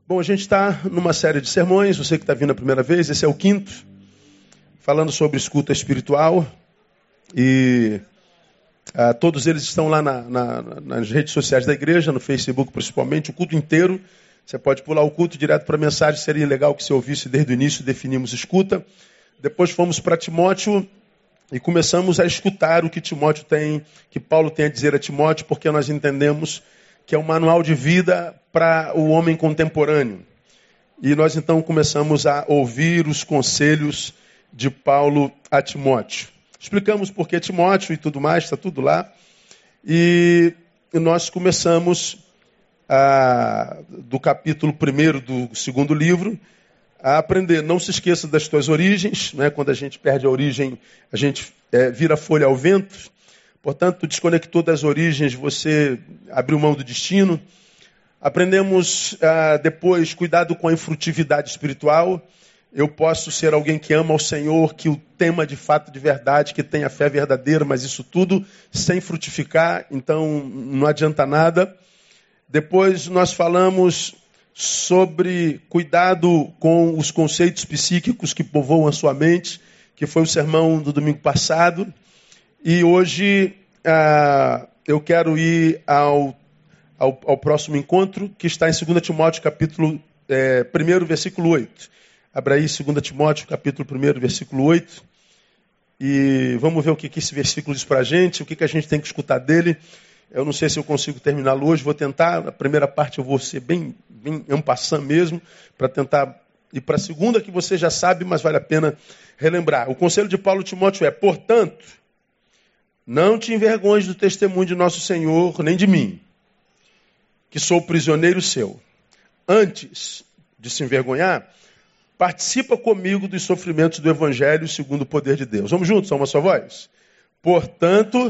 Bom, a gente está numa série de sermões, você que está vindo a primeira vez, esse é o quinto, falando sobre escuta espiritual. E todos eles estão lá nas redes sociais da igreja, no Facebook principalmente, o culto inteiro. Você pode pular o culto direto para a mensagem, seria legal que você ouvisse desde o início, definimos escuta. Depois fomos para Timóteo e começamos a escutar o que Timóteo tem, que Paulo tem a dizer a Timóteo, porque nós entendemos que é um manual de vida para o homem contemporâneo. E nós então começamos a ouvir os conselhos de Paulo a Timóteo. Explicamos por que Timóteo e tudo mais, está tudo lá. E nós começamos do capítulo 1 do segundo livro a aprender. Não se esqueça das tuas origens, né? Quando a gente perde a origem, a gente vira folha ao vento. Portanto, desconectou das origens, você abriu mão do destino. Aprendemos depois, cuidado com a infrutividade espiritual. Eu posso ser alguém que ama ao Senhor, que o tema de fato de verdade, que tem a fé verdadeira, mas isso tudo sem frutificar, então não adianta nada. Depois nós falamos sobre cuidado com os conceitos psíquicos que povoam a sua mente, que foi o sermão do domingo passado. E hoje eu quero ir ao próximo encontro, que está em 2 Timóteo, capítulo 1, versículo 8. Abra aí 2 Timóteo, capítulo 1, versículo 8. E vamos ver o que esse versículo diz para a gente, o que a gente tem que escutar dele. Eu não sei se eu consigo terminá-lo hoje, vou tentar. A primeira parte eu vou ser bem en passant mesmo, para tentar ir para a segunda, que você já sabe, mas vale a pena relembrar. O conselho de Paulo a Timóteo é: portanto, não te envergonhes do testemunho de nosso Senhor, nem de mim, que sou prisioneiro seu. Antes de se envergonhar, participa comigo dos sofrimentos do Evangelho segundo o poder de Deus. Vamos juntos, a uma só voz? Portanto,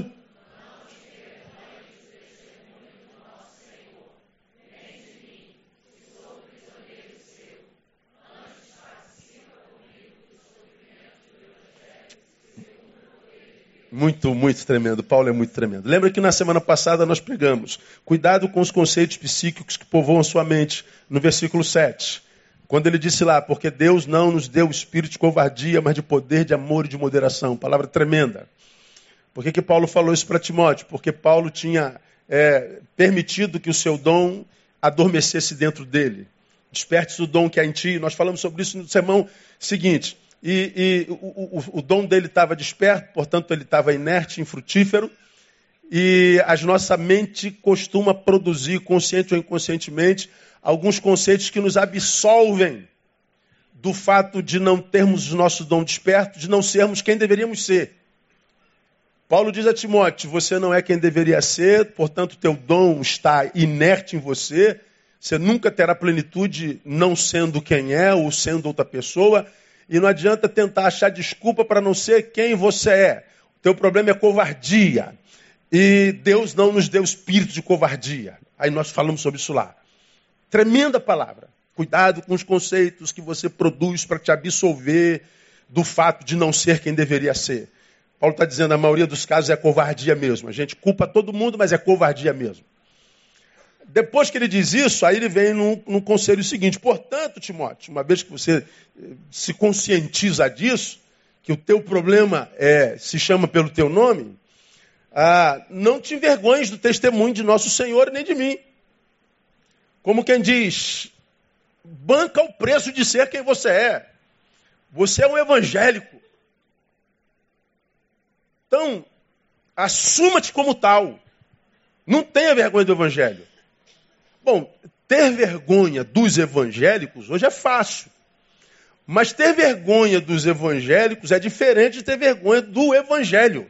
muito tremendo. Paulo é muito tremendo. Lembra que na semana passada nós pregamos: cuidado com os conceitos psíquicos que povoam sua mente, no versículo 7. Quando ele disse lá: porque Deus não nos deu espírito de covardia, mas de poder, de amor e de moderação. Palavra tremenda. Por que Paulo falou isso para Timóteo? Porque Paulo tinha permitido que o seu dom adormecesse dentro dele. Desperte o dom que há em ti. Nós falamos sobre isso no sermão seguinte. E o dom dele estava desperto, portanto ele estava inerte, infrutífero. E a nossa mente costuma produzir, consciente ou inconscientemente, alguns conceitos que nos absolvem do fato de não termos o nosso dom desperto, de não sermos quem deveríamos ser. Paulo diz a Timóteo: você não é quem deveria ser, portanto teu dom está inerte em você. Você nunca terá plenitude não sendo quem é ou sendo outra pessoa. E não adianta tentar achar desculpa para não ser quem você é. O teu problema é covardia. E Deus não nos deu espírito de covardia. Aí nós falamos sobre isso lá. Tremenda palavra. Cuidado com os conceitos que você produz para te absolver do fato de não ser quem deveria ser. Paulo está dizendo: a maioria dos casos é covardia mesmo. A gente culpa todo mundo, mas é covardia mesmo. Depois que ele diz isso, aí ele vem no conselho seguinte: portanto, Timóteo, uma vez que você se conscientiza disso, que o teu problema se chama pelo teu nome, não te envergonhes do testemunho de nosso Senhor nem de mim. Como quem diz, banca o preço de ser quem você é. Você é um evangélico. Então, assuma-te como tal. Não tenha vergonha do evangelho. Bom, ter vergonha dos evangélicos hoje é fácil. Mas ter vergonha dos evangélicos é diferente de ter vergonha do evangelho.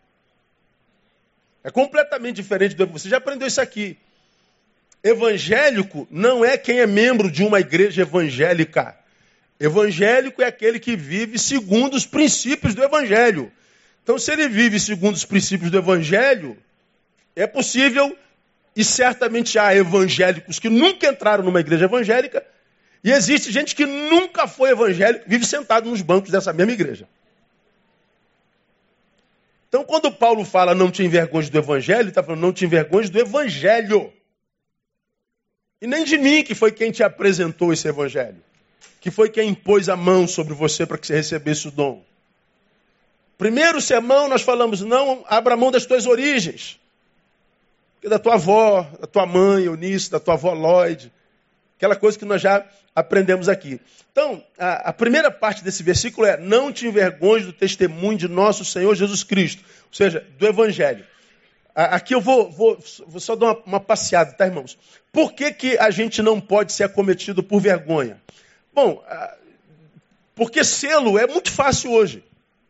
É completamente diferente do evangelho. Você já aprendeu isso aqui. Evangélico não é quem é membro de uma igreja evangélica. Evangélico é aquele que vive segundo os princípios do evangelho. Então, se ele vive segundo os princípios do evangelho, é possível. E certamente há evangélicos que nunca entraram numa igreja evangélica. E existe gente que nunca foi evangélico, vive sentado nos bancos dessa mesma igreja. Então, quando Paulo fala não te envergonhes do evangelho, ele está falando não te envergonhes do evangelho. E nem de mim, que foi quem te apresentou esse evangelho. Que foi quem impôs a mão sobre você para que você recebesse o dom. Primeiro sermão nós falamos, não abra mão das tuas origens. Da tua avó, da tua mãe, Eunice, da tua avó Lloyd. Aquela coisa que nós já aprendemos aqui. Então, a primeira parte desse versículo é, não te envergonhes do testemunho de nosso Senhor Jesus Cristo. Ou seja, do evangelho. Aqui eu vou só dar uma passeada, tá, irmãos? Por que a gente não pode ser acometido por vergonha? Bom, porque sê-lo é muito fácil hoje.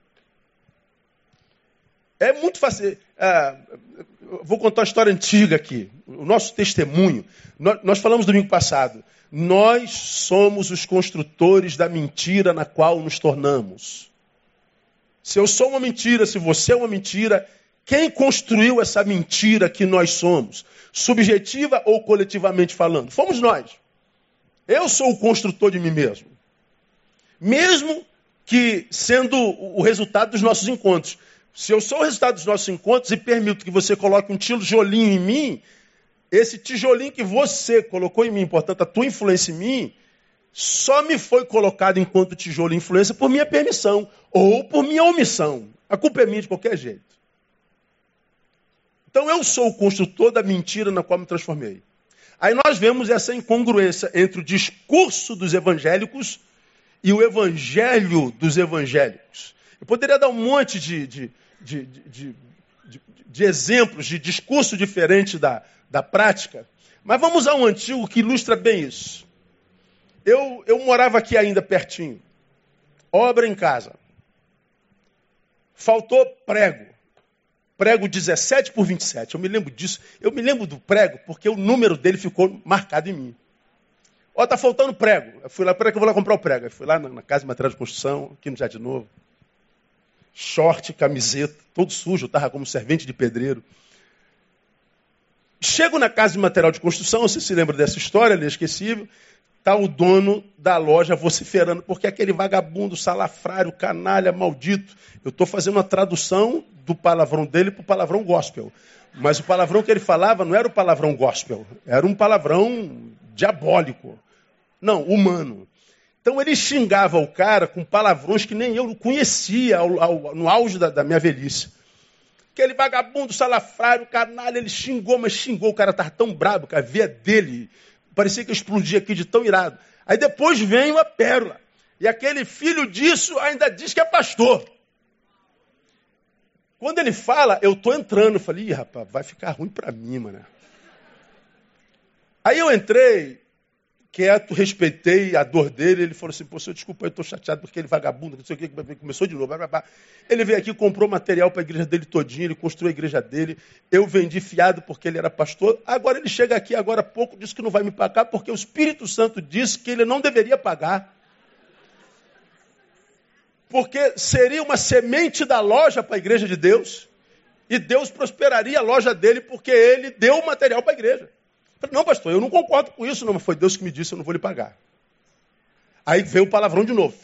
É muito fácil. Vou contar uma história antiga aqui. O nosso testemunho. Nós falamos domingo passado. Nós somos os construtores da mentira na qual nos tornamos. Se eu sou uma mentira, se você é uma mentira, quem construiu essa mentira que nós somos? Subjetiva ou coletivamente falando? Fomos nós. Eu sou o construtor de mim mesmo. Mesmo que sendo o resultado dos nossos encontros. Se eu sou o resultado dos nossos encontros e permito que você coloque um tijolinho em mim, esse tijolinho que você colocou em mim, portanto, a tua influência em mim, só me foi colocado enquanto tijolo e influência por minha permissão ou por minha omissão. A culpa é minha de qualquer jeito. Então eu sou o construtor da mentira na qual me transformei. Aí nós vemos essa incongruência entre o discurso dos evangélicos e o evangelho dos evangélicos. Eu poderia dar um monte de exemplos de discurso diferente da prática, mas vamos a um antigo que ilustra bem isso. Eu morava aqui ainda pertinho. Obra em casa. Faltou prego. Prego 17 por 27. Eu me lembro disso. Eu me lembro do prego porque o número dele ficou marcado em mim. Ó, tá faltando prego. Eu fui lá, peraí que eu vou lá comprar o prego. Eu fui lá na casa de material de construção, aqui no Jardim Novo. Short, camiseta, todo sujo. Eu estava como servente de pedreiro. Chego na casa de material de construção, você se lembra dessa história, inesquecível. Está o dono da loja vociferando, porque aquele vagabundo, salafrário, canalha, maldito. Eu estou fazendo uma tradução do palavrão dele para o palavrão gospel. Mas o palavrão que ele falava não era o palavrão gospel, era um palavrão diabólico. Não, humano. Então ele xingava o cara com palavrões que nem eu conhecia no auge da minha velhice. Aquele vagabundo, salafrário, canalha, ele xingou, mas xingou. O cara estava tão brabo que a veia dele parecia que eu explodia aqui de tão irado. Aí depois vem uma pérola. E aquele filho disso ainda diz que é pastor. Quando ele fala, eu estou entrando. Eu falei, ih, rapaz, vai ficar ruim para mim, mano. Aí eu entrei, quieto, respeitei a dor dele. Ele falou assim, pô, senhor, desculpa, eu estou chateado porque ele vagabundo, não sei o que, começou de novo. Ele veio aqui, comprou material para a igreja dele todinho, ele construiu a igreja dele. Eu vendi fiado porque ele era pastor. Agora ele chega aqui, agora há pouco, disse que não vai me pagar porque o Espírito Santo disse que ele não deveria pagar. Porque seria uma semente da loja para a igreja de Deus e Deus prosperaria a loja dele porque ele deu o material para a igreja. Eu falei, não, pastor, eu não concordo com isso, não, mas foi Deus que me disse, eu não vou lhe pagar. Aí veio o palavrão de novo.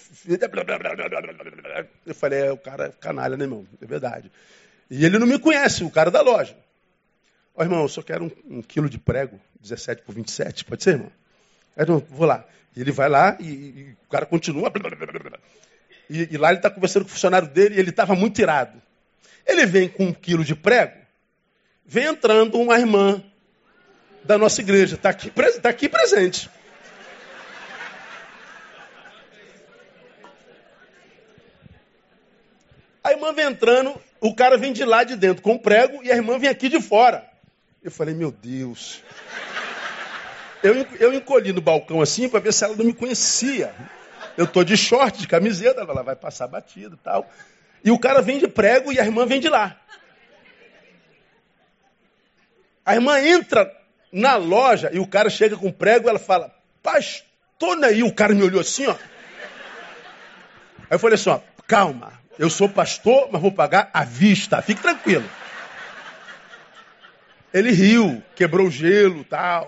Eu falei, o cara é canalha, né, irmão? É verdade. E ele não me conhece, o cara da loja. Ó, irmão, eu só quero um quilo de prego, 17 por 27, pode ser, irmão? Aí eu vou lá. E ele vai lá e o cara continua. E lá ele está conversando com o funcionário dele e ele estava muito irado. Ele vem com 1 quilo de prego, vem entrando uma irmã da nossa igreja, está aqui presente. A irmã vem entrando, o cara vem de lá de dentro com o prego e a irmã vem aqui de fora. Eu falei, meu Deus. Eu encolhi no balcão assim para ver se ela não me conhecia. Eu estou de short, de camiseta, ela vai passar batido e tal. E o cara vem de prego e a irmã vem de lá. A irmã entra na loja e o cara chega com prego e ela fala, pastor Neil. O cara me olhou assim, ó. Aí eu falei assim, ó, calma, eu sou pastor, mas vou pagar à vista, fique tranquilo. Ele riu, quebrou o gelo e tal.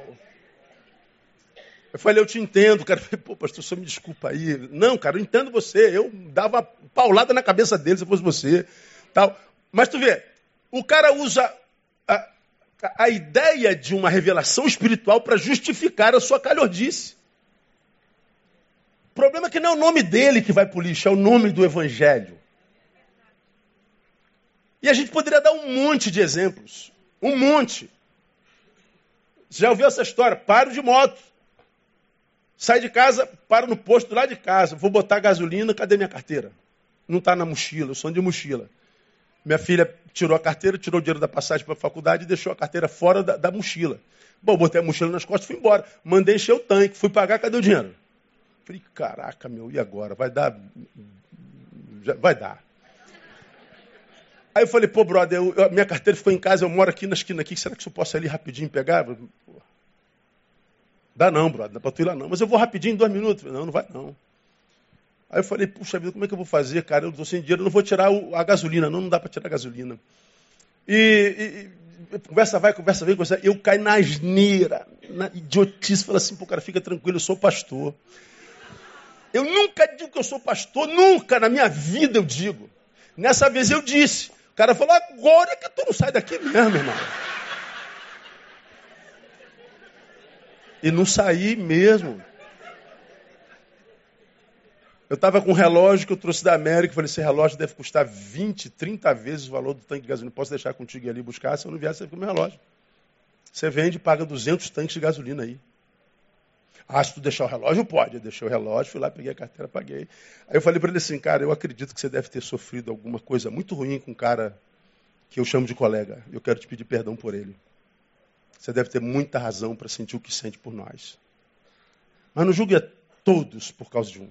Eu falei, eu te entendo, cara. Eu falei, pô, pastor, só me desculpa aí. Não, cara, eu entendo você. Eu dava paulada na cabeça dele se fosse você. Tal. Mas tu vê, o cara usa a ideia de uma revelação espiritual para justificar a sua calhordice. O problema é que não é o nome dele que vai para o lixo, é o nome do evangelho. E a gente poderia dar um monte de exemplos. Um monte. Você já ouviu essa história? Paro de moto. Sai de casa, paro no posto do lado de casa. Vou botar gasolina, cadê minha carteira? Não está na mochila, eu sou de mochila. Minha filha tirou a carteira, tirou o dinheiro da passagem para a faculdade e deixou a carteira fora da mochila. Bom, botei a mochila nas costas e fui embora. Mandei encher o tanque, fui pagar, cadê o dinheiro? Falei, caraca, meu, e agora? Vai dar? Vai dar. Aí eu falei, pô, brother, minha carteira ficou em casa, eu moro aqui na esquina aqui, será que eu posso ir ali rapidinho pegar? Dá não, brother, dá pra tu ir lá não. Mas eu vou rapidinho, em 2 minutos. Não, não vai não. Aí eu falei, puxa vida, como é que eu vou fazer, cara? Eu estou sem dinheiro, eu não vou tirar a gasolina. Não dá para tirar a gasolina. E conversa vai, conversa vem, conversa. Eu caio na asneira, na idiotice. Falei assim, pô, cara, fica tranquilo, eu sou pastor. Eu nunca digo que eu sou pastor, nunca na minha vida eu digo. Nessa vez eu disse. O cara falou, agora é que tu não sai daqui mesmo, irmão. E não saí mesmo. Eu estava com um relógio que eu trouxe da América. Falei, esse relógio deve custar 20, 30 vezes o valor do tanque de gasolina. Posso deixar contigo ir ali buscar? Se eu não vier, você fica com o meu relógio. Você vende e paga 200 tanques de gasolina aí. Ah, se tu deixar o relógio, pode. Eu deixei o relógio, fui lá, peguei a carteira, paguei. Aí eu falei para ele assim, cara, eu acredito que você deve ter sofrido alguma coisa muito ruim com um cara que eu chamo de colega. Eu quero te pedir perdão por ele. Você deve ter muita razão para sentir o que sente por nós. Mas não julgue a todos por causa de um.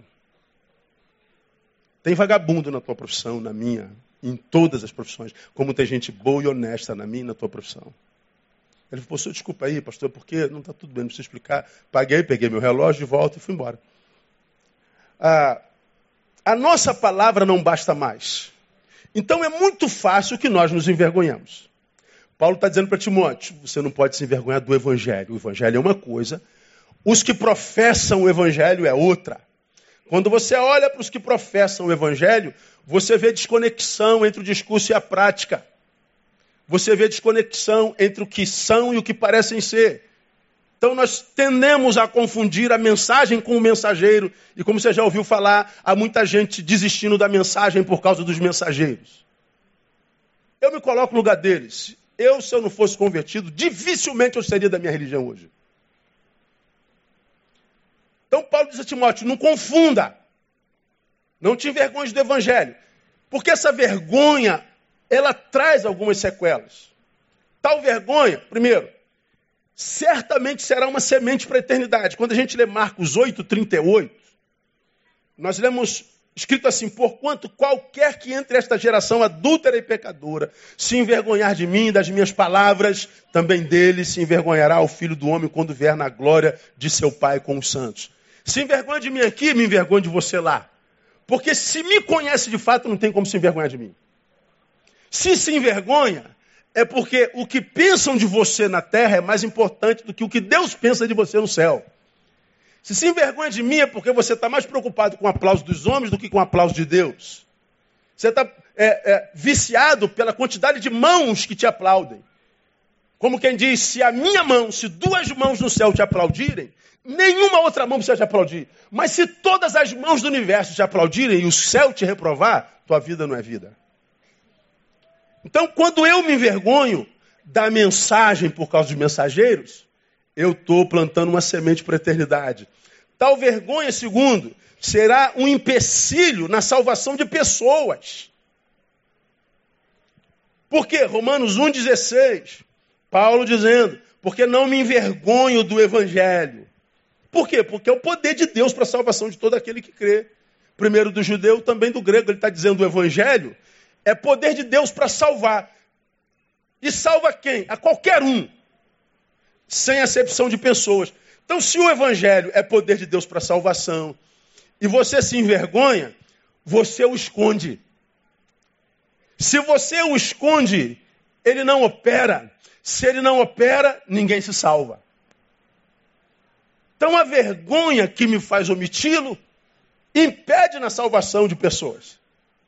Tem vagabundo na tua profissão, na minha, em todas as profissões. Como tem gente boa e honesta na minha e na tua profissão. Ele falou, senhor, desculpa aí, pastor, porque não está tudo bem, não precisa explicar. Paguei, peguei meu relógio de volta e fui embora. A nossa palavra não basta mais. Então é muito fácil que nós nos envergonhamos. Paulo está dizendo para Timóteo, você não pode se envergonhar do evangelho. O evangelho é uma coisa, os que professam o evangelho é outra. Quando você olha para os que professam o evangelho, você vê desconexão entre o discurso e a prática. Você vê desconexão entre o que são e o que parecem ser. Então nós tendemos a confundir a mensagem com o mensageiro. E como você já ouviu falar, há muita gente desistindo da mensagem por causa dos mensageiros. Eu me coloco no lugar deles. Se eu não fosse convertido, dificilmente eu seria da minha religião hoje. Então Paulo diz a Timóteo, não confunda. Não te envergonhes do evangelho. Porque essa vergonha, ela traz algumas sequelas. Tal vergonha, primeiro, certamente será uma semente para a eternidade. Quando a gente lê Marcos 8:38, nós lemos escrito assim, porquanto qualquer que entre esta geração adúltera e pecadora se envergonhar de mim e das minhas palavras, também dele se envergonhará o Filho do Homem quando vier na glória de seu Pai com os santos. Se envergonha de mim aqui, me envergonha de você lá. Porque se me conhece de fato, não tem como se envergonhar de mim. Se envergonha, é porque o que pensam de você na terra é mais importante do que o que Deus pensa de você no céu. Se envergonha de mim é porque você está mais preocupado com o aplauso dos homens do que com o aplauso de Deus. Você está viciado pela quantidade de mãos que te aplaudem. Como quem diz, se 2 mãos no céu te aplaudirem, nenhuma outra mão precisa te aplaudir. Mas se todas as mãos do universo te aplaudirem e o céu te reprovar, tua vida não é vida. Então, quando eu me envergonho da mensagem por causa dos mensageiros, eu estou plantando uma semente para a eternidade. Tal vergonha, segundo, será um empecilho na salvação de pessoas. Por quê? Romanos 1,16, Paulo dizendo, porque não me envergonho do evangelho. Por quê? Porque é o poder de Deus para a salvação de todo aquele que crê. Primeiro do judeu, também do grego. Ele está dizendo o evangelho é poder de Deus para salvar. E salva quem? A qualquer um. Sem acepção de pessoas. Então, se o evangelho é poder de Deus para salvação, e você se envergonha, você o esconde. Se você o esconde, ele não opera. Se ele não opera, ninguém se salva. Então, a vergonha que me faz omiti-lo, impede na salvação de pessoas.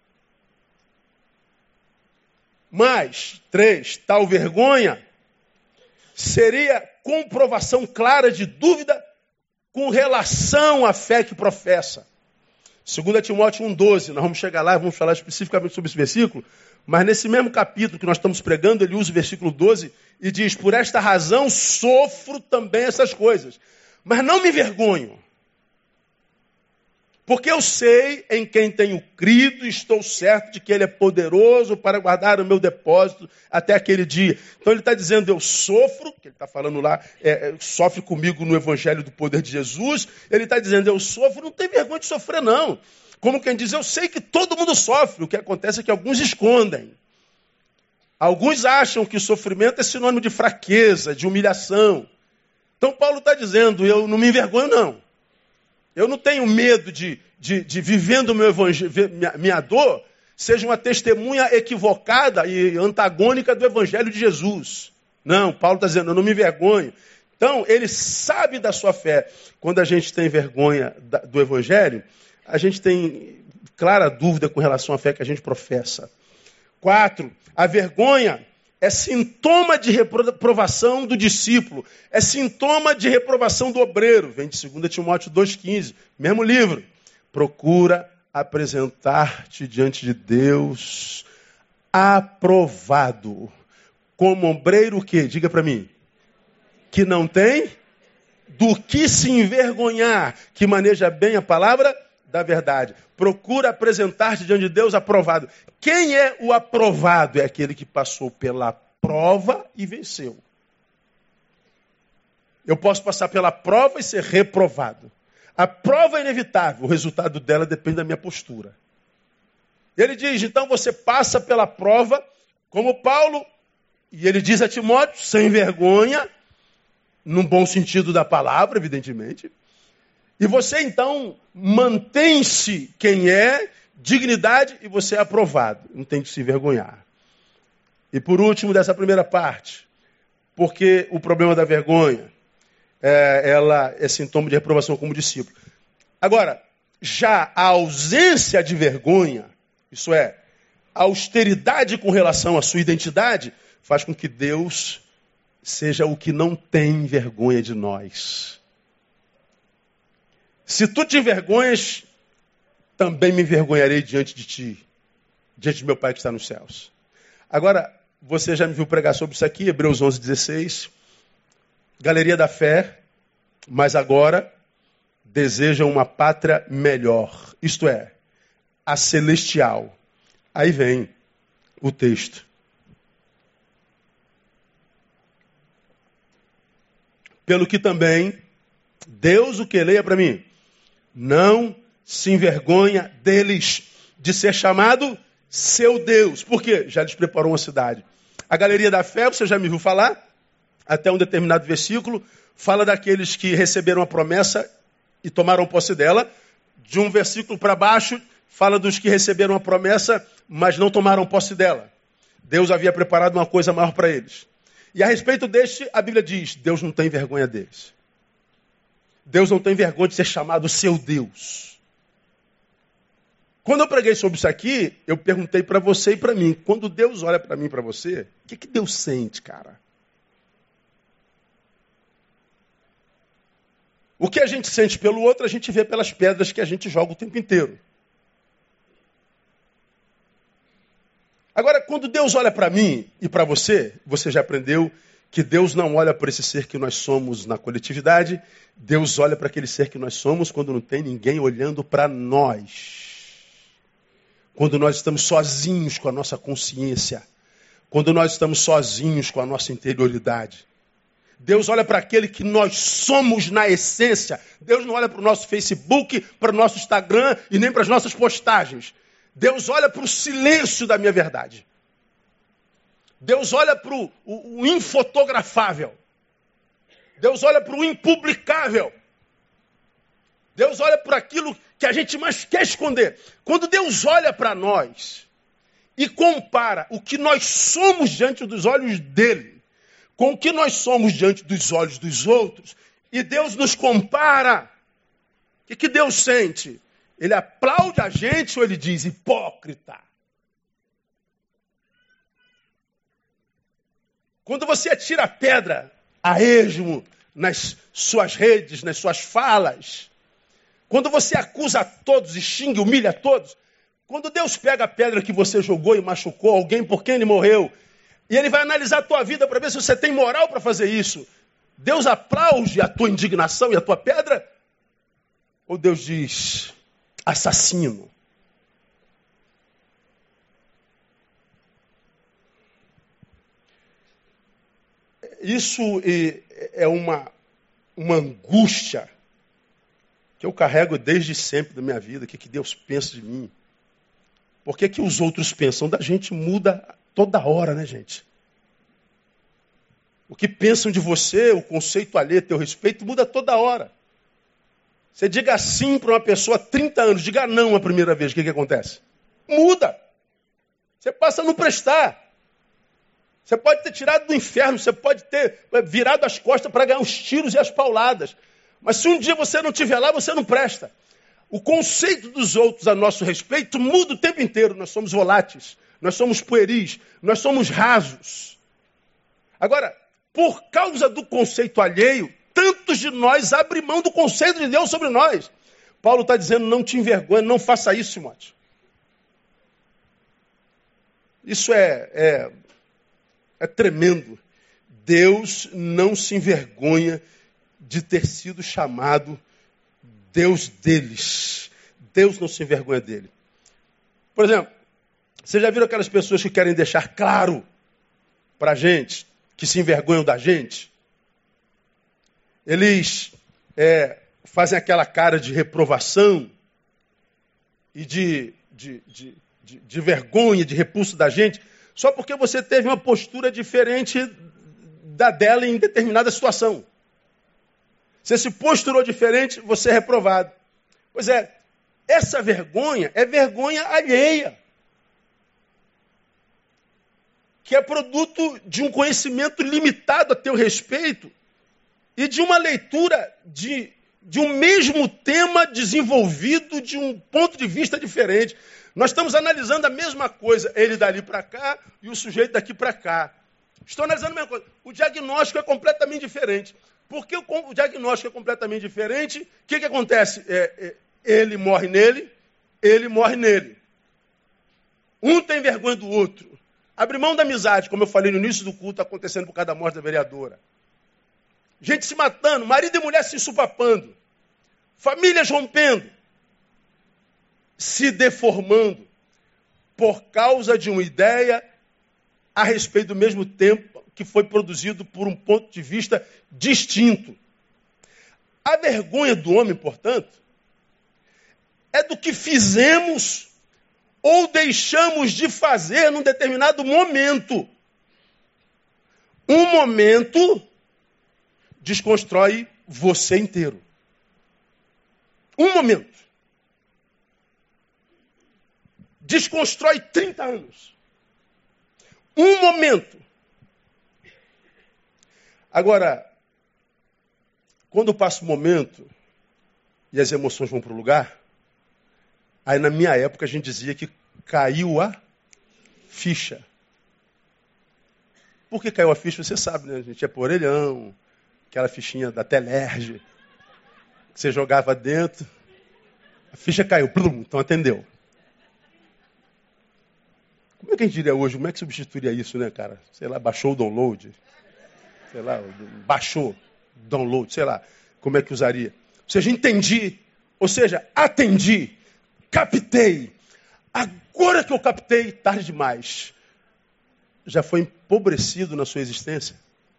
Mas, 3, tal vergonha seria comprovação clara de dúvida com relação à fé que professa. 2 Timóteo 1,12, nós vamos chegar lá e vamos falar especificamente sobre esse versículo, mas nesse mesmo capítulo que nós estamos pregando, ele usa o versículo 12 e diz: por esta razão sofro também essas coisas, mas não me envergonho, porque eu sei em quem tenho crido e estou certo de que ele é poderoso para guardar o meu depósito até aquele dia. Então ele está dizendo, eu sofro, que ele está falando lá, sofre comigo no evangelho do poder de Jesus. Ele está dizendo, eu sofro, não tem vergonha de sofrer não. Como quem diz, eu sei que todo mundo sofre. O que acontece é que alguns escondem. Alguns acham que o sofrimento é sinônimo de fraqueza, de humilhação. Então Paulo está dizendo, eu não me envergonho não. Eu não tenho medo de vivendo o meu evangelho, minha dor, seja uma testemunha equivocada e antagônica do evangelho de Jesus. Não, Paulo está dizendo, eu não me envergonho. Então, ele sabe da sua fé. Quando a gente tem vergonha do evangelho, a gente tem clara dúvida com relação à fé que a gente professa. 4, a vergonha é sintoma de reprovação do discípulo. É sintoma de reprovação do obreiro. Vem de 2 Timóteo 2,15. Mesmo livro. Procura apresentar-te diante de Deus aprovado. Como obreiro o quê? Diga para mim. Que não tem do que se envergonhar. Que maneja bem a palavra da verdade. Procura apresentar-te diante de Deus aprovado. Quem é o aprovado? É aquele que passou pela prova e venceu. Eu posso passar pela prova e ser reprovado. A prova é inevitável, o resultado dela depende da minha postura. Ele diz, então você passa pela prova, como Paulo, e ele diz a Timóteo, sem vergonha, num bom sentido da palavra, evidentemente. E você, então, mantém-se quem é, dignidade, e você é aprovado. Não tem que se envergonhar. E por último, dessa primeira parte, porque o problema da vergonha, ela é sintoma de reprovação como discípulo. Agora, já a ausência de vergonha, isso é, a austeridade com relação à sua identidade, faz com que Deus seja o que não tem vergonha de nós. Se tu te envergonhas, também me envergonharei diante de ti, diante de meu Pai que está nos céus. Agora, você já me viu pregar sobre isso aqui, Hebreus 11:16. Galeria da fé, mas agora desejam uma pátria melhor, isto é, a celestial. Aí vem o texto. Pelo que também, Deus o que leia para mim, não se envergonha deles de ser chamado seu Deus. Por quê? Já lhes preparou uma cidade. A galeria da fé, você já me viu falar, até um determinado versículo, fala daqueles que receberam a promessa e tomaram posse dela. De um versículo para baixo, fala dos que receberam a promessa, mas não tomaram posse dela. Deus havia preparado uma coisa maior para eles. E a respeito deste, a Bíblia diz, Deus não tem vergonha deles. Deus não tem vergonha de ser chamado seu Deus. Quando eu preguei sobre isso aqui, eu perguntei para você e para mim, quando Deus olha para mim e para você, o que Deus sente, cara? O que a gente sente pelo outro, a gente vê pelas pedras que a gente joga o tempo inteiro. Agora, quando Deus olha para mim e para você, você já aprendeu que Deus não olha para esse ser que nós somos na coletividade, Deus olha para aquele ser que nós somos quando não tem ninguém olhando para nós. Quando nós estamos sozinhos com a nossa consciência. Quando nós estamos sozinhos com a nossa interioridade. Deus olha para aquele que nós somos na essência. Deus não olha para o nosso Facebook, para o nosso Instagram e nem para as nossas postagens. Deus olha para o silêncio da minha verdade. Deus olha para o infotografável. Deus olha para o impublicável. Deus olha para aquilo que a gente mais quer esconder. Quando Deus olha para nós e compara o que nós somos diante dos olhos dele com o que nós somos diante dos olhos dos outros, e Deus nos compara, o que Deus sente? Ele aplaude a gente ou ele diz, hipócrita? Quando você atira a pedra a esmo nas suas redes, nas suas falas, quando você acusa a todos e xinga, humilha a todos, quando Deus pega a pedra que você jogou e machucou alguém por quem ele morreu, e ele vai analisar a tua vida para ver se você tem moral para fazer isso, Deus aplaude a tua indignação e a tua pedra? Ou Deus diz, assassino? Isso é uma angústia que eu carrego desde sempre da minha vida. O que Deus pensa de mim? Por que os outros pensam da gente muda toda hora, né, gente? O que pensam de você, o conceito alheio, teu respeito, muda toda hora. Você diga sim para uma pessoa há 30 anos, diga não a primeira vez, o que acontece? Muda. Você passa a não prestar. Você pode ter tirado do inferno, você pode ter virado as costas para ganhar os tiros e as pauladas. Mas se um dia você não estiver lá, você não presta. O conceito dos outros a nosso respeito muda o tempo inteiro. Nós somos voláteis, nós somos pueris, nós somos rasos. Agora, por causa do conceito alheio, tantos de nós abrem mão do conceito de Deus sobre nós. Paulo está dizendo, não te envergonhe, não faça isso, Timóteo. Isso é tremendo. Deus não se envergonha de ter sido chamado Deus deles. Deus não se envergonha dele. Por exemplo, vocês já viram aquelas pessoas que querem deixar claro para a gente, que se envergonham da gente? Eles fazem aquela cara de reprovação e de vergonha, de repulso da gente, só porque você teve uma postura diferente da dela em determinada situação. Você se posturou diferente, você é reprovado. Pois é, essa vergonha é vergonha alheia, que é produto de um conhecimento limitado a teu respeito e de uma leitura de um mesmo tema desenvolvido de um ponto de vista diferente. Nós estamos analisando a mesma coisa, ele dali para cá e o sujeito daqui para cá. Estou analisando a mesma coisa. O diagnóstico é completamente diferente. Porque o diagnóstico é completamente diferente, o que acontece? Ele morre nele, ele morre nele. Um tem vergonha do outro. Abre mão da amizade, como eu falei no início do culto, acontecendo por causa da morte da vereadora. Gente se matando, marido e mulher se ensupapando. Famílias rompendo. Se deformando. Por causa de uma ideia a respeito do mesmo tempo que foi produzido por um ponto de vista distinto. A vergonha do homem, portanto, é do que fizemos ou deixamos de fazer num determinado momento. Um momento desconstrói você inteiro. Um momento. Desconstrói 30 anos. Um momento. Agora, quando passa o momento e as emoções vão para o lugar, aí na minha época a gente dizia que caiu a ficha. Por que caiu a ficha? Você sabe, né? A gente ia por orelhão, aquela fichinha da Telerge, que você jogava dentro, a ficha caiu, plum, então atendeu. Como é que a gente diria hoje? Como é que substituiria isso, né, cara? Sei lá, baixou o download. Sei lá, baixou, download, sei lá, como é que usaria. Ou seja, entendi, ou seja, atendi, captei. Agora que eu captei, tarde demais. Já foi empobrecido na sua existência.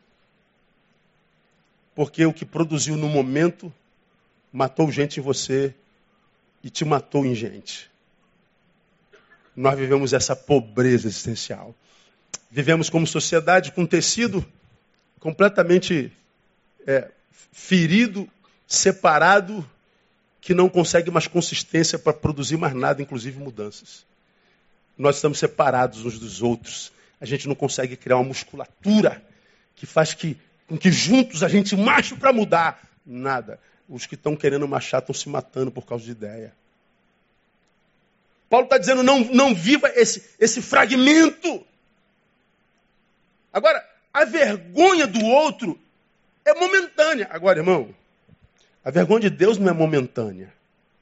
Porque o que produziu no momento, matou gente em você e te matou em gente. Nós vivemos essa pobreza existencial. Vivemos como sociedade com tecido completamente ferido, separado, que não consegue mais consistência para produzir mais nada, inclusive mudanças. Nós estamos separados uns dos outros. A gente não consegue criar uma musculatura que faz com que juntos a gente marche para mudar. Nada. Os que estão querendo marchar estão se matando por causa de ideia. Paulo está dizendo, não viva esse fragmento. Agora, a vergonha do outro é momentânea. Agora, irmão, a vergonha de Deus não é momentânea.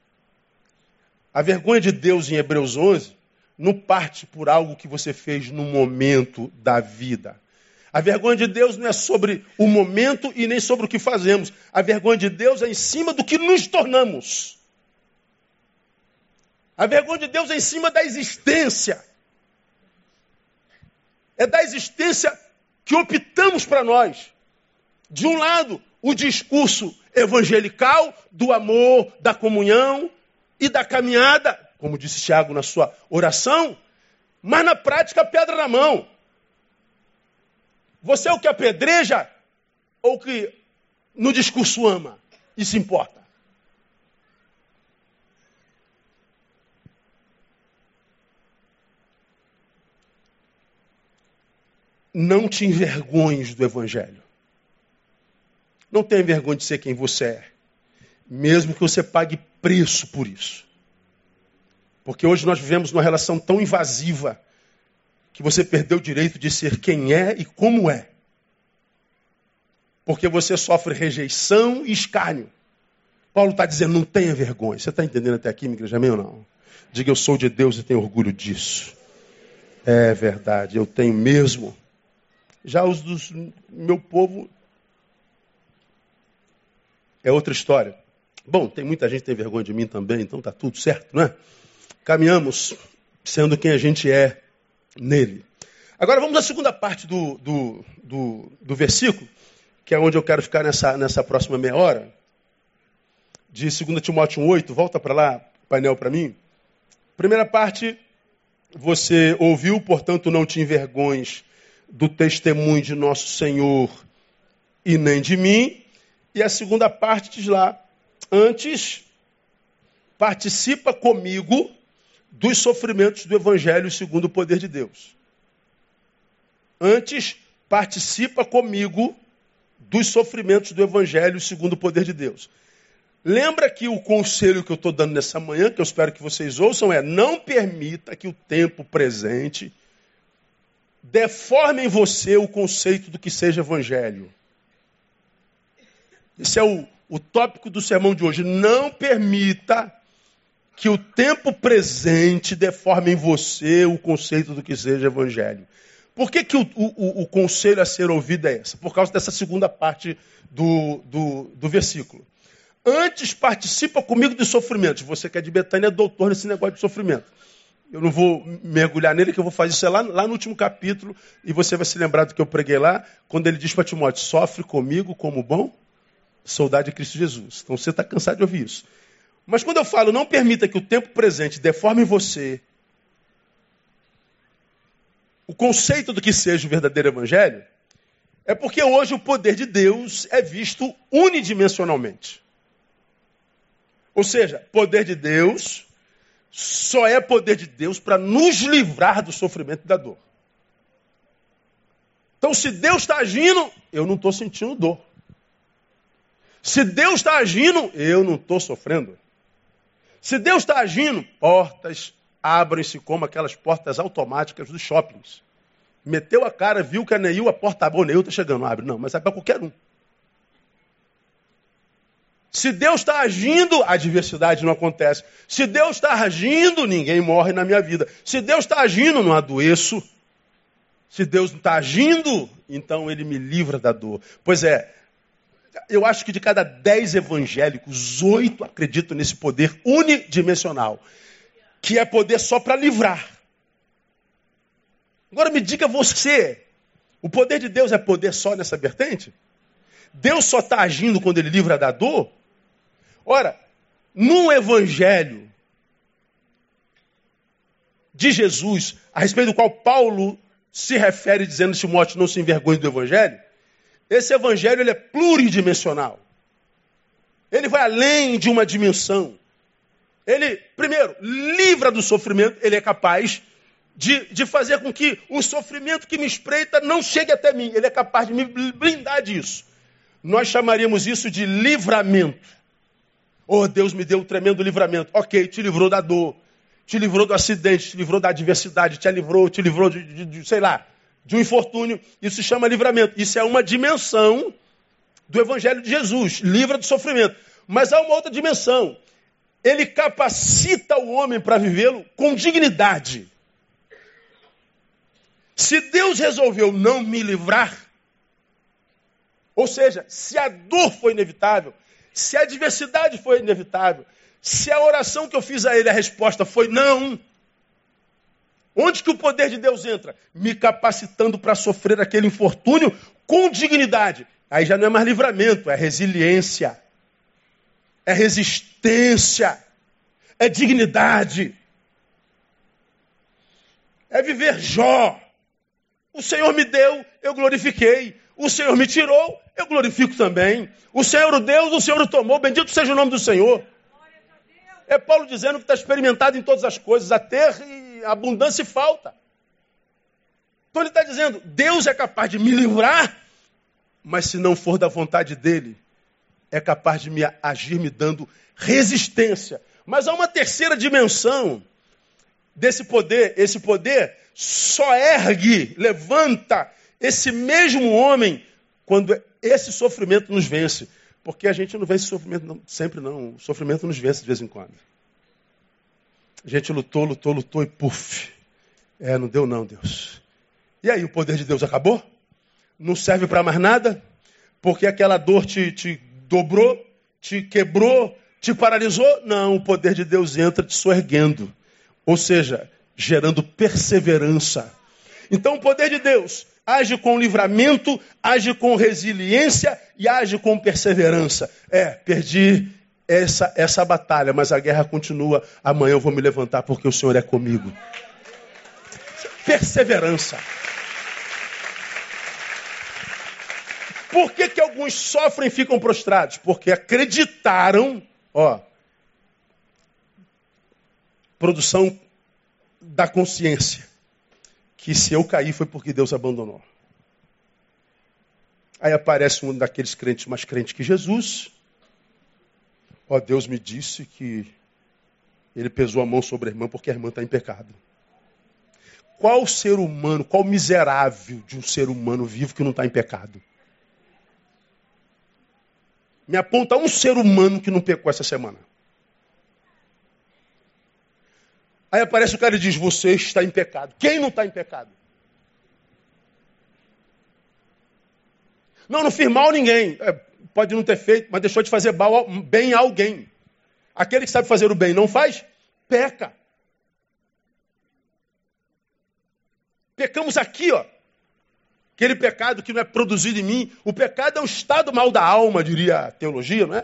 A vergonha de Deus em Hebreus 11 não parte por algo que você fez no momento da vida. A vergonha de Deus não é sobre o momento e nem sobre o que fazemos. A vergonha de Deus é em cima do que nos tornamos. A vergonha de Deus é em cima da existência. É da existência que optamos para nós. De um lado, o discurso evangelical do amor, da comunhão e da caminhada, como disse Tiago na sua oração, mas na prática, pedra na mão. Você é o que apedreja ou o que no discurso ama? Isso importa. Não te envergonhes do Evangelho. Não tenha vergonha de ser quem você é. Mesmo que você pague preço por isso. Porque hoje nós vivemos numa relação tão invasiva que você perdeu o direito de ser quem é e como é. Porque você sofre rejeição e escárnio. Paulo está dizendo, não tenha vergonha. Você está entendendo até aqui, minha igreja, amém ou não? Diga, eu sou de Deus e tenho orgulho disso. É verdade, eu tenho mesmo. Já os do meu povo é outra história. Bom, tem muita gente que tem vergonha de mim também, então está tudo certo, não é? Caminhamos sendo quem a gente é nele. Agora vamos à segunda parte do versículo, que é onde eu quero ficar nessa próxima meia hora. De 2 Timóteo 1,8, volta para lá, painel para mim. Primeira parte, você ouviu, portanto não te envergonhes do testemunho de nosso Senhor e nem de mim. E a segunda parte diz lá, antes participa comigo dos sofrimentos do Evangelho segundo o poder de Deus. Antes participa comigo dos sofrimentos do Evangelho segundo o poder de Deus. Lembra que o conselho que eu estou dando nessa manhã, que eu espero que vocês ouçam, é não permita que o tempo presente deforme em você o conceito do que seja Evangelho. Esse é o tópico do sermão de hoje. Não permita que o tempo presente deforme em você o conceito do que seja Evangelho. Por que o conselho a ser ouvido é esse? Por causa dessa segunda parte do versículo. Antes participa comigo dos sofrimentos. Você que é de Betânia é doutor nesse negócio de sofrimento. Eu não vou mergulhar nele, que eu vou fazer isso lá no último capítulo, e você vai se lembrar do que eu preguei lá, quando ele diz para Timóteo, sofre comigo como bom soldado de Cristo Jesus. Então você está cansado de ouvir isso. Mas quando eu falo, não permita que o tempo presente deforme em você o conceito do que seja o verdadeiro evangelho, é porque hoje o poder de Deus é visto unidimensionalmente. Ou seja, poder de Deus só é poder de Deus para nos livrar do sofrimento e da dor. Então, se Deus está agindo, eu não estou sentindo dor. Se Deus está agindo, eu não estou sofrendo. Se Deus está agindo, portas abrem-se como aquelas portas automáticas dos shoppings. Meteu a cara, viu que a Neil, a porta boa, Neil está chegando, abre. Não, mas é para qualquer um. Se Deus está agindo, a adversidade não acontece. Se Deus está agindo, ninguém morre na minha vida. Se Deus está agindo, não adoeço. Se Deus não está agindo, então Ele me livra da dor. Pois é, eu acho que de cada 10 evangélicos, 8 acreditam nesse poder unidimensional, que é poder só para livrar. Agora me diga você, o poder de Deus é poder só nessa vertente? Deus só está agindo quando Ele livra da dor? Ora, no evangelho de Jesus, a respeito do qual Paulo se refere dizendo a Timóteo, não se envergonhe do evangelho, esse evangelho ele é pluridimensional. Ele vai além de uma dimensão. Ele, primeiro, livra do sofrimento, ele é capaz de fazer com que o sofrimento que me espreita não chegue até mim. Ele é capaz de me blindar disso. Nós chamaríamos isso de livramento. Oh, Deus me deu um tremendo livramento. Ok, te livrou da dor, te livrou do acidente, te livrou da adversidade, te livrou de um infortúnio. Isso se chama livramento. Isso é uma dimensão do Evangelho de Jesus, livra do sofrimento. Mas há uma outra dimensão. Ele capacita o homem para vivê-lo com dignidade. Se Deus resolveu não me livrar, ou seja, se a dor foi inevitável, se a adversidade foi inevitável, se a oração que eu fiz a ele, a resposta foi não, onde que o poder de Deus entra? Me capacitando para sofrer aquele infortúnio com dignidade. Aí já não é mais livramento, é resiliência, é resistência, é dignidade, é viver Jó. O Senhor me deu, eu glorifiquei. O Senhor me tirou, eu glorifico também. O Senhor o deu, o Senhor o tomou. Bendito seja o nome do Senhor. É Paulo dizendo que está experimentado em todas as coisas. A ter abundância e falta. Então ele está dizendo, Deus é capaz de me livrar, mas se não for da vontade dele, é capaz de me agir me dando resistência. Mas há uma terceira dimensão desse poder. Esse poder só ergue, levanta esse mesmo homem quando esse sofrimento nos vence. Porque a gente não vence sofrimento sempre não. O sofrimento nos vence de vez em quando. A gente lutou e puf. Não deu não, Deus. E aí, o poder de Deus acabou? Não serve para mais nada? Porque aquela dor te dobrou, te quebrou, te paralisou? Não, o poder de Deus entra te soerguendo. Ou seja, gerando perseverança. Então o poder de Deus age com livramento, age com resiliência e age com perseverança. Perdi essa batalha, mas a guerra continua. Amanhã eu vou me levantar porque o Senhor é comigo. Perseverança. Por que alguns sofrem e ficam prostrados? Porque acreditaram, produção da consciência, que se eu cair foi porque Deus abandonou. Aí aparece um daqueles crentes mais crentes que Jesus. Deus me disse que ele pesou a mão sobre a irmã porque a irmã está em pecado. Qual ser humano, qual miserável de um ser humano vivo que não está em pecado? Me aponta um ser humano que não pecou essa semana. Aí aparece o cara e diz, você está em pecado. Quem não está em pecado? Não fiz mal a ninguém. Pode não ter feito, mas deixou de fazer bem a alguém. Aquele que sabe fazer o bem não faz, peca. Pecamos aqui, aquele pecado que não é produzido em mim. O pecado é um estado mal da alma, diria a teologia, não é?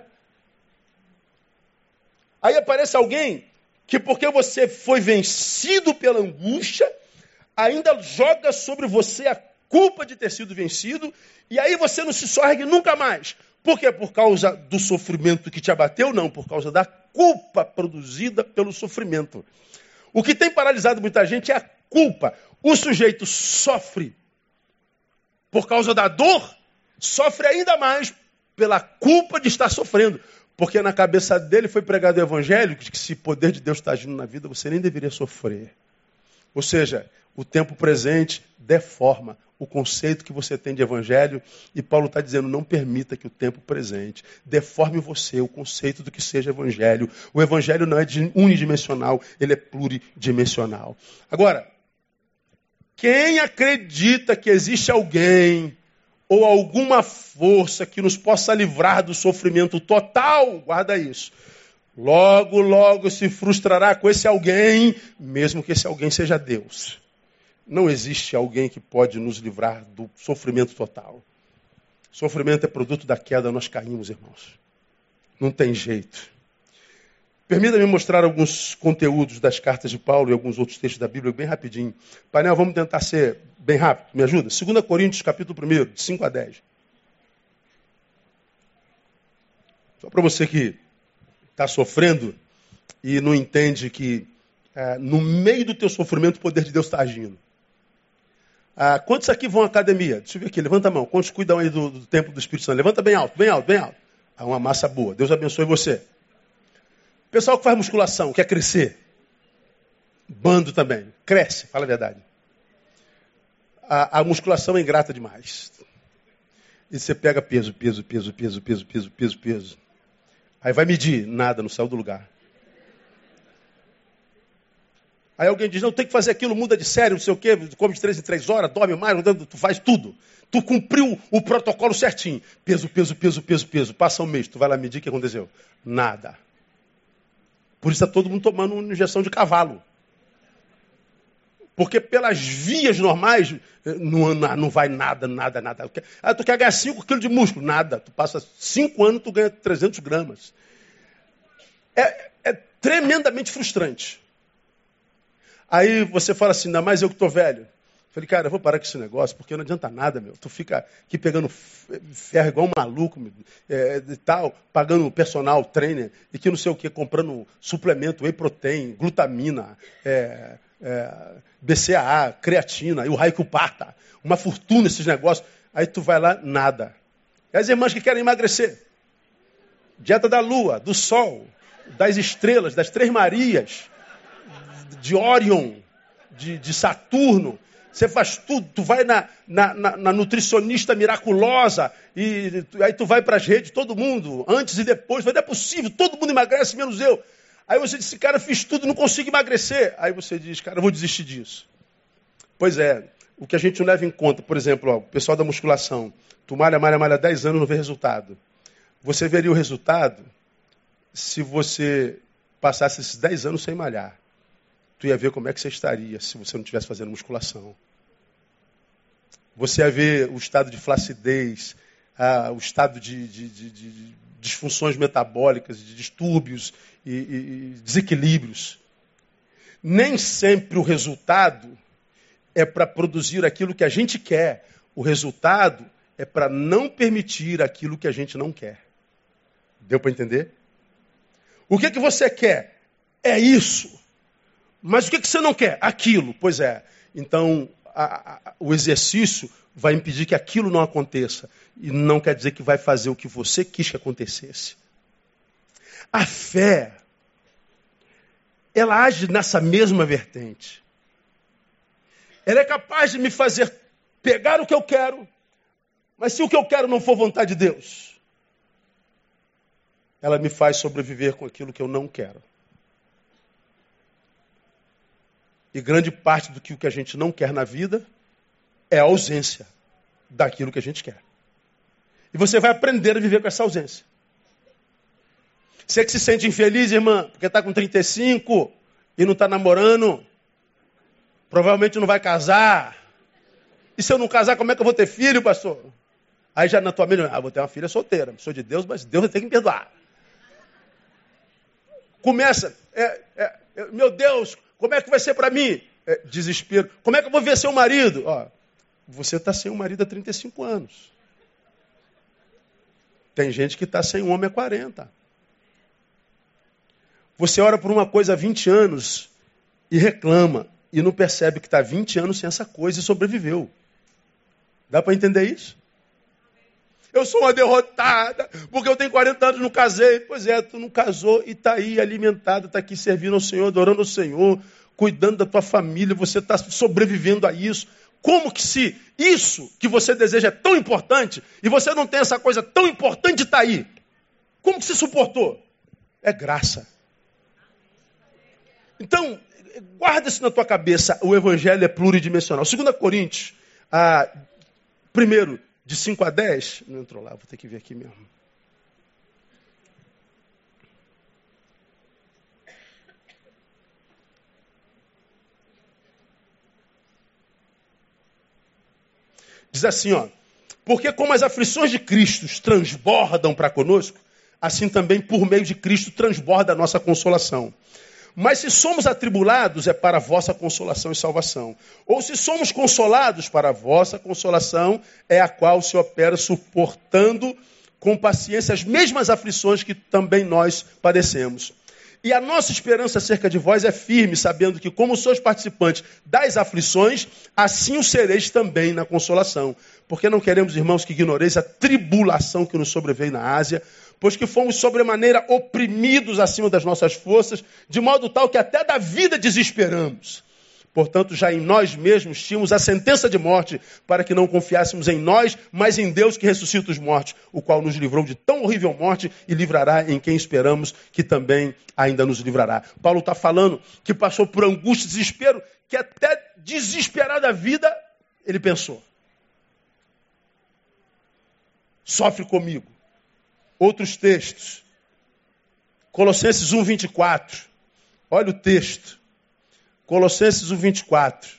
Aí aparece alguém que porque você foi vencido pela angústia, ainda joga sobre você a culpa de ter sido vencido, e aí você não se sorgue nunca mais. Por quê? Por causa do sofrimento que te abateu? Não, por causa da culpa produzida pelo sofrimento. O que tem paralisado muita gente é a culpa. O sujeito sofre por causa da dor, sofre ainda mais pela culpa de estar sofrendo. Porque na cabeça dele foi pregado o evangelho que se o poder de Deus está agindo na vida, você nem deveria sofrer. Ou seja, o tempo presente deforma o conceito que você tem de evangelho. E Paulo está dizendo, não permita que o tempo presente deforme você, o conceito do que seja evangelho. O evangelho não é unidimensional, ele é pluridimensional. Agora, quem acredita que existe alguém ou alguma força que nos possa livrar do sofrimento total, guarda isso. Logo, logo se frustrará com esse alguém, mesmo que esse alguém seja Deus. Não existe alguém que pode nos livrar do sofrimento total. Sofrimento é produto da queda, nós caímos, irmãos. Não tem jeito. Permita-me mostrar alguns conteúdos das cartas de Paulo e alguns outros textos da Bíblia bem rapidinho. Painel, vamos tentar ser bem rápido. Me ajuda? 2 Coríntios, capítulo 1, de 5 a 10. Só para você que está sofrendo e não entende que no meio do teu sofrimento o poder de Deus está agindo. Quantos aqui vão à academia? Deixa eu ver aqui, levanta a mão. Quantos cuidam aí do templo do Espírito Santo? Levanta bem alto, bem alto, bem alto. Uma massa boa. Deus abençoe você. Pessoal que faz musculação, quer crescer. Bando também. Cresce, fala a verdade. A musculação é ingrata demais. E você pega peso. Aí vai medir, nada, não saiu do lugar. Aí alguém diz, não, tem que fazer aquilo, muda de série, não sei o quê, come de 3 em 3 horas, dorme mais, tu faz tudo. Tu cumpriu o protocolo certinho. Peso. Passa um mês, tu vai lá medir, o que aconteceu? Nada. Por isso está todo mundo tomando uma injeção de cavalo. Porque pelas vias normais, não vai nada. Tu quer ganhar 5 quilos de músculo? Nada. Tu passa 5 anos, tu ganha 300 gramas. É tremendamente frustrante. Aí você fala assim, ainda mais eu que estou velho. Falei, cara, eu vou parar com esse negócio, porque não adianta nada, meu. Tu fica aqui pegando ferro igual um maluco e tal, pagando personal, trainer, e que não sei o que, comprando suplemento, whey protein, glutamina, BCAA, creatina, e o raio que o parta. Uma fortuna esses negócios. Aí tu vai lá, nada. E as irmãs que querem emagrecer. Dieta da lua, do sol, das estrelas, das 3 Marias, de Órion, de Saturno. Você faz tudo, tu vai na nutricionista miraculosa, e aí tu vai para as redes, todo mundo, antes e depois, não é possível, todo mundo emagrece, menos eu. Aí você diz, cara, fiz tudo, não consigo emagrecer. Aí você diz, cara, eu vou desistir disso. Pois é, o que a gente não leva em conta, por exemplo, o pessoal da musculação, tu malha 10 anos, não vê resultado. Você veria o resultado se você passasse esses 10 anos sem malhar. Tu ia ver como é que você estaria se você não estivesse fazendo musculação. Você ia ver o estado de flacidez, o estado de disfunções metabólicas, de distúrbios e desequilíbrios. Nem sempre o resultado é para produzir aquilo que a gente quer. O resultado é para não permitir aquilo que a gente não quer. Deu para entender? O que você quer? É isso. Mas o que você não quer? Aquilo. Pois é. Então, o exercício vai impedir que aquilo não aconteça. E não quer dizer que vai fazer o que você quis que acontecesse. A fé, ela age nessa mesma vertente. Ela é capaz de me fazer pegar o que eu quero, mas se o que eu quero não for vontade de Deus, ela me faz sobreviver com aquilo que eu não quero. E grande parte do que a gente não quer na vida é a ausência daquilo que a gente quer. E você vai aprender a viver com essa ausência. Você que se sente infeliz, irmã, porque está com 35 e não está namorando, provavelmente não vai casar. E se eu não casar, como é que eu vou ter filho, pastor? Aí já na tua mente, vou ter uma filha solteira. Sou de Deus, mas Deus vai ter que me perdoar. Começa, meu Deus, como é que vai ser para mim? Desespero. Como é que eu vou ver seu marido? Você está sem um marido há 35 anos. Tem gente que está sem um homem há 40. Você ora por uma coisa há 20 anos e reclama. E não percebe que está 20 anos sem essa coisa e sobreviveu. Dá para entender isso? Eu sou uma derrotada, porque eu tenho 40 anos e não casei. Pois é, tu não casou e está aí alimentado, está aqui servindo ao Senhor, adorando ao Senhor, cuidando da tua família, você está sobrevivendo a isso. Como que se isso que você deseja é tão importante e você não tem essa coisa tão importante de estar aí? Como que se suportou? É graça. Então, guarda isso na tua cabeça, o evangelho é pluridimensional. 2 Coríntios, 1, de 5 a 10, não entrou lá, vou ter que ver aqui mesmo. Diz assim, porque como as aflições de Cristo transbordam para conosco, assim também por meio de Cristo transborda a nossa consolação. Mas se somos atribulados, é para a vossa consolação e salvação. Ou se somos consolados, para a vossa consolação, é a qual se opera suportando com paciência as mesmas aflições que também nós padecemos. E a nossa esperança acerca de vós é firme, sabendo que como sois participantes das aflições, assim o sereis também na consolação. Porque não queremos, irmãos, que ignoreis a tribulação que nos sobreveio na Ásia, pois que fomos sobremaneira oprimidos acima das nossas forças, de modo tal que até da vida desesperamos. Portanto, já em nós mesmos tínhamos a sentença de morte, para que não confiássemos em nós, mas em Deus que ressuscita os mortos, o qual nos livrou de tão horrível morte e livrará em quem esperamos que também ainda nos livrará. Paulo está falando que passou por angústia e desespero, que até desesperar da vida, ele pensou. Sofre comigo. Outros textos. Colossenses 1, 24. Olha o texto. Colossenses 1, 24.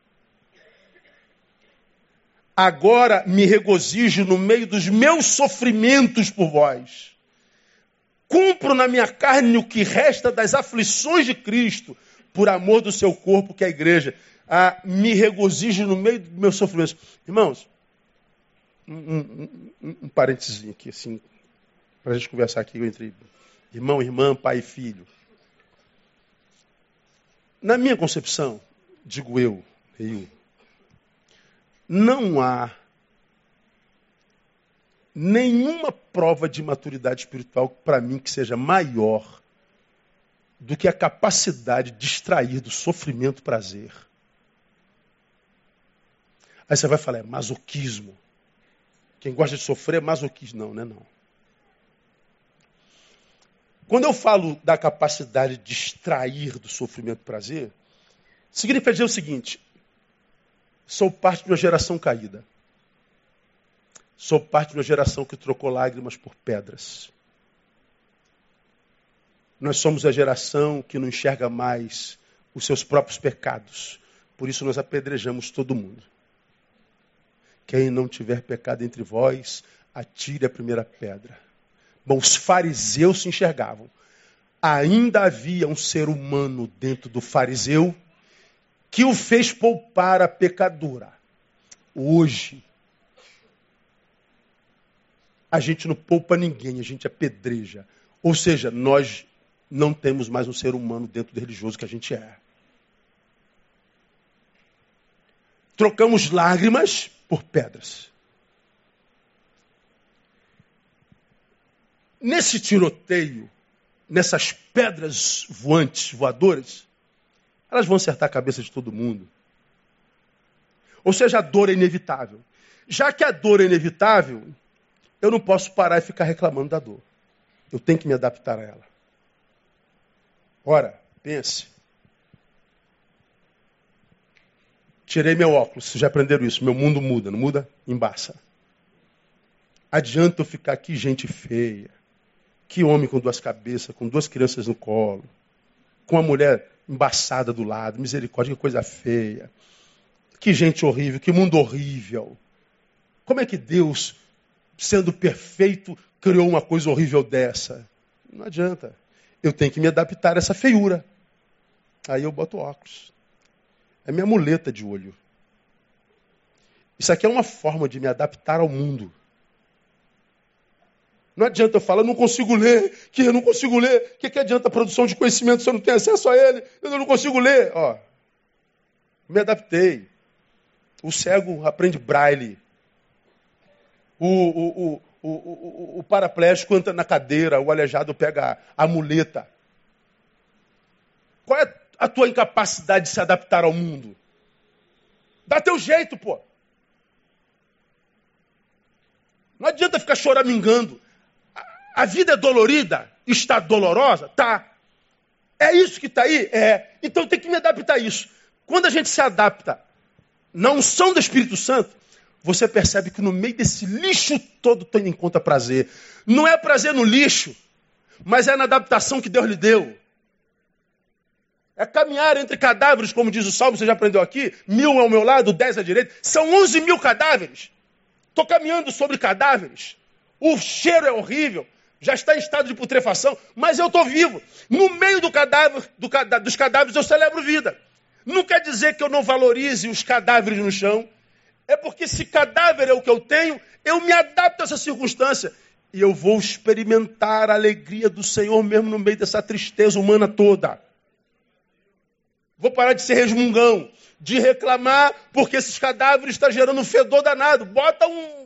Agora me regozijo no meio dos meus sofrimentos por vós. Cumpro na minha carne o que resta das aflições de Cristo, por amor do seu corpo, que é a igreja. Me regozijo no meio dos meus sofrimentos. Irmãos, um parênteses aqui, assim, para a gente conversar aqui entre irmão, irmã, pai e filho. Na minha concepção, digo eu, não há nenhuma prova de maturidade espiritual para mim que seja maior do que a capacidade de extrair do sofrimento prazer. Aí você vai falar, é masoquismo. Quem gosta de sofrer é masoquismo. Não, não é não. Quando eu falo da capacidade de extrair do sofrimento prazer, significa dizer o seguinte: sou parte de uma geração caída. Sou parte de uma geração que trocou lágrimas por pedras. Nós somos a geração que não enxerga mais os seus próprios pecados. Por isso nós apedrejamos todo mundo. Quem não tiver pecado entre vós, atire a primeira pedra. Bom, os fariseus se enxergavam. Ainda havia um ser humano dentro do fariseu que o fez poupar a pecadora. Hoje, a gente não poupa ninguém, a gente apedreja. Ou seja, nós não temos mais um ser humano dentro do religioso que a gente é. Trocamos lágrimas por pedras. Nesse tiroteio, nessas pedras voantes, voadoras, elas vão acertar a cabeça de todo mundo. Ou seja, a dor é inevitável. Já que a dor é inevitável, eu não posso parar e ficar reclamando da dor. Eu tenho que me adaptar a ela. Ora, pense. Tirei meu óculos, vocês já aprenderam isso. Meu mundo muda, não muda? Embaça. Adianta eu ficar aqui, gente feia. Que homem com duas cabeças, com duas crianças no colo. Com uma mulher embaçada do lado. Misericórdia, que coisa feia. Que gente horrível, que mundo horrível. Como é que Deus, sendo perfeito, criou uma coisa horrível dessa? Não adianta. Eu tenho que me adaptar a essa feiura. Aí eu boto óculos. É minha muleta de olho. Isso aqui é uma forma de me adaptar ao mundo. Não adianta eu falar, eu não consigo ler, que eu não consigo ler. O que adianta a produção de conhecimento se eu não tenho acesso a ele? Eu não consigo ler. Ó, me adaptei. O cego aprende braille. O paraplégico entra na cadeira, o aleijado pega a muleta. Qual é a tua incapacidade de se adaptar ao mundo? Dá teu jeito, pô. Não adianta ficar choramingando. A vida é dolorida? Está dolorosa? Tá. É isso que está aí? É. Então tem que me adaptar a isso. Quando a gente se adapta na unção do Espírito Santo, você percebe que no meio desse lixo todo tem em conta prazer. Não é prazer no lixo, mas é na adaptação que Deus lhe deu. É caminhar entre cadáveres, como diz o Salmo, você já aprendeu aqui? 1000 ao meu lado, 10 à direita. São 11.000 cadáveres. Estou caminhando sobre cadáveres. O cheiro é horrível. Já está em estado de putrefação, mas eu estou vivo. No meio do cadáver, dos cadáveres eu celebro vida. Não quer dizer que eu não valorize os cadáveres no chão. É porque se cadáver é o que eu tenho, eu me adapto a essa circunstância. E eu vou experimentar a alegria do Senhor mesmo no meio dessa tristeza humana toda. Vou parar de ser resmungão, de reclamar porque esses cadáveres estão gerando um fedor danado. Bota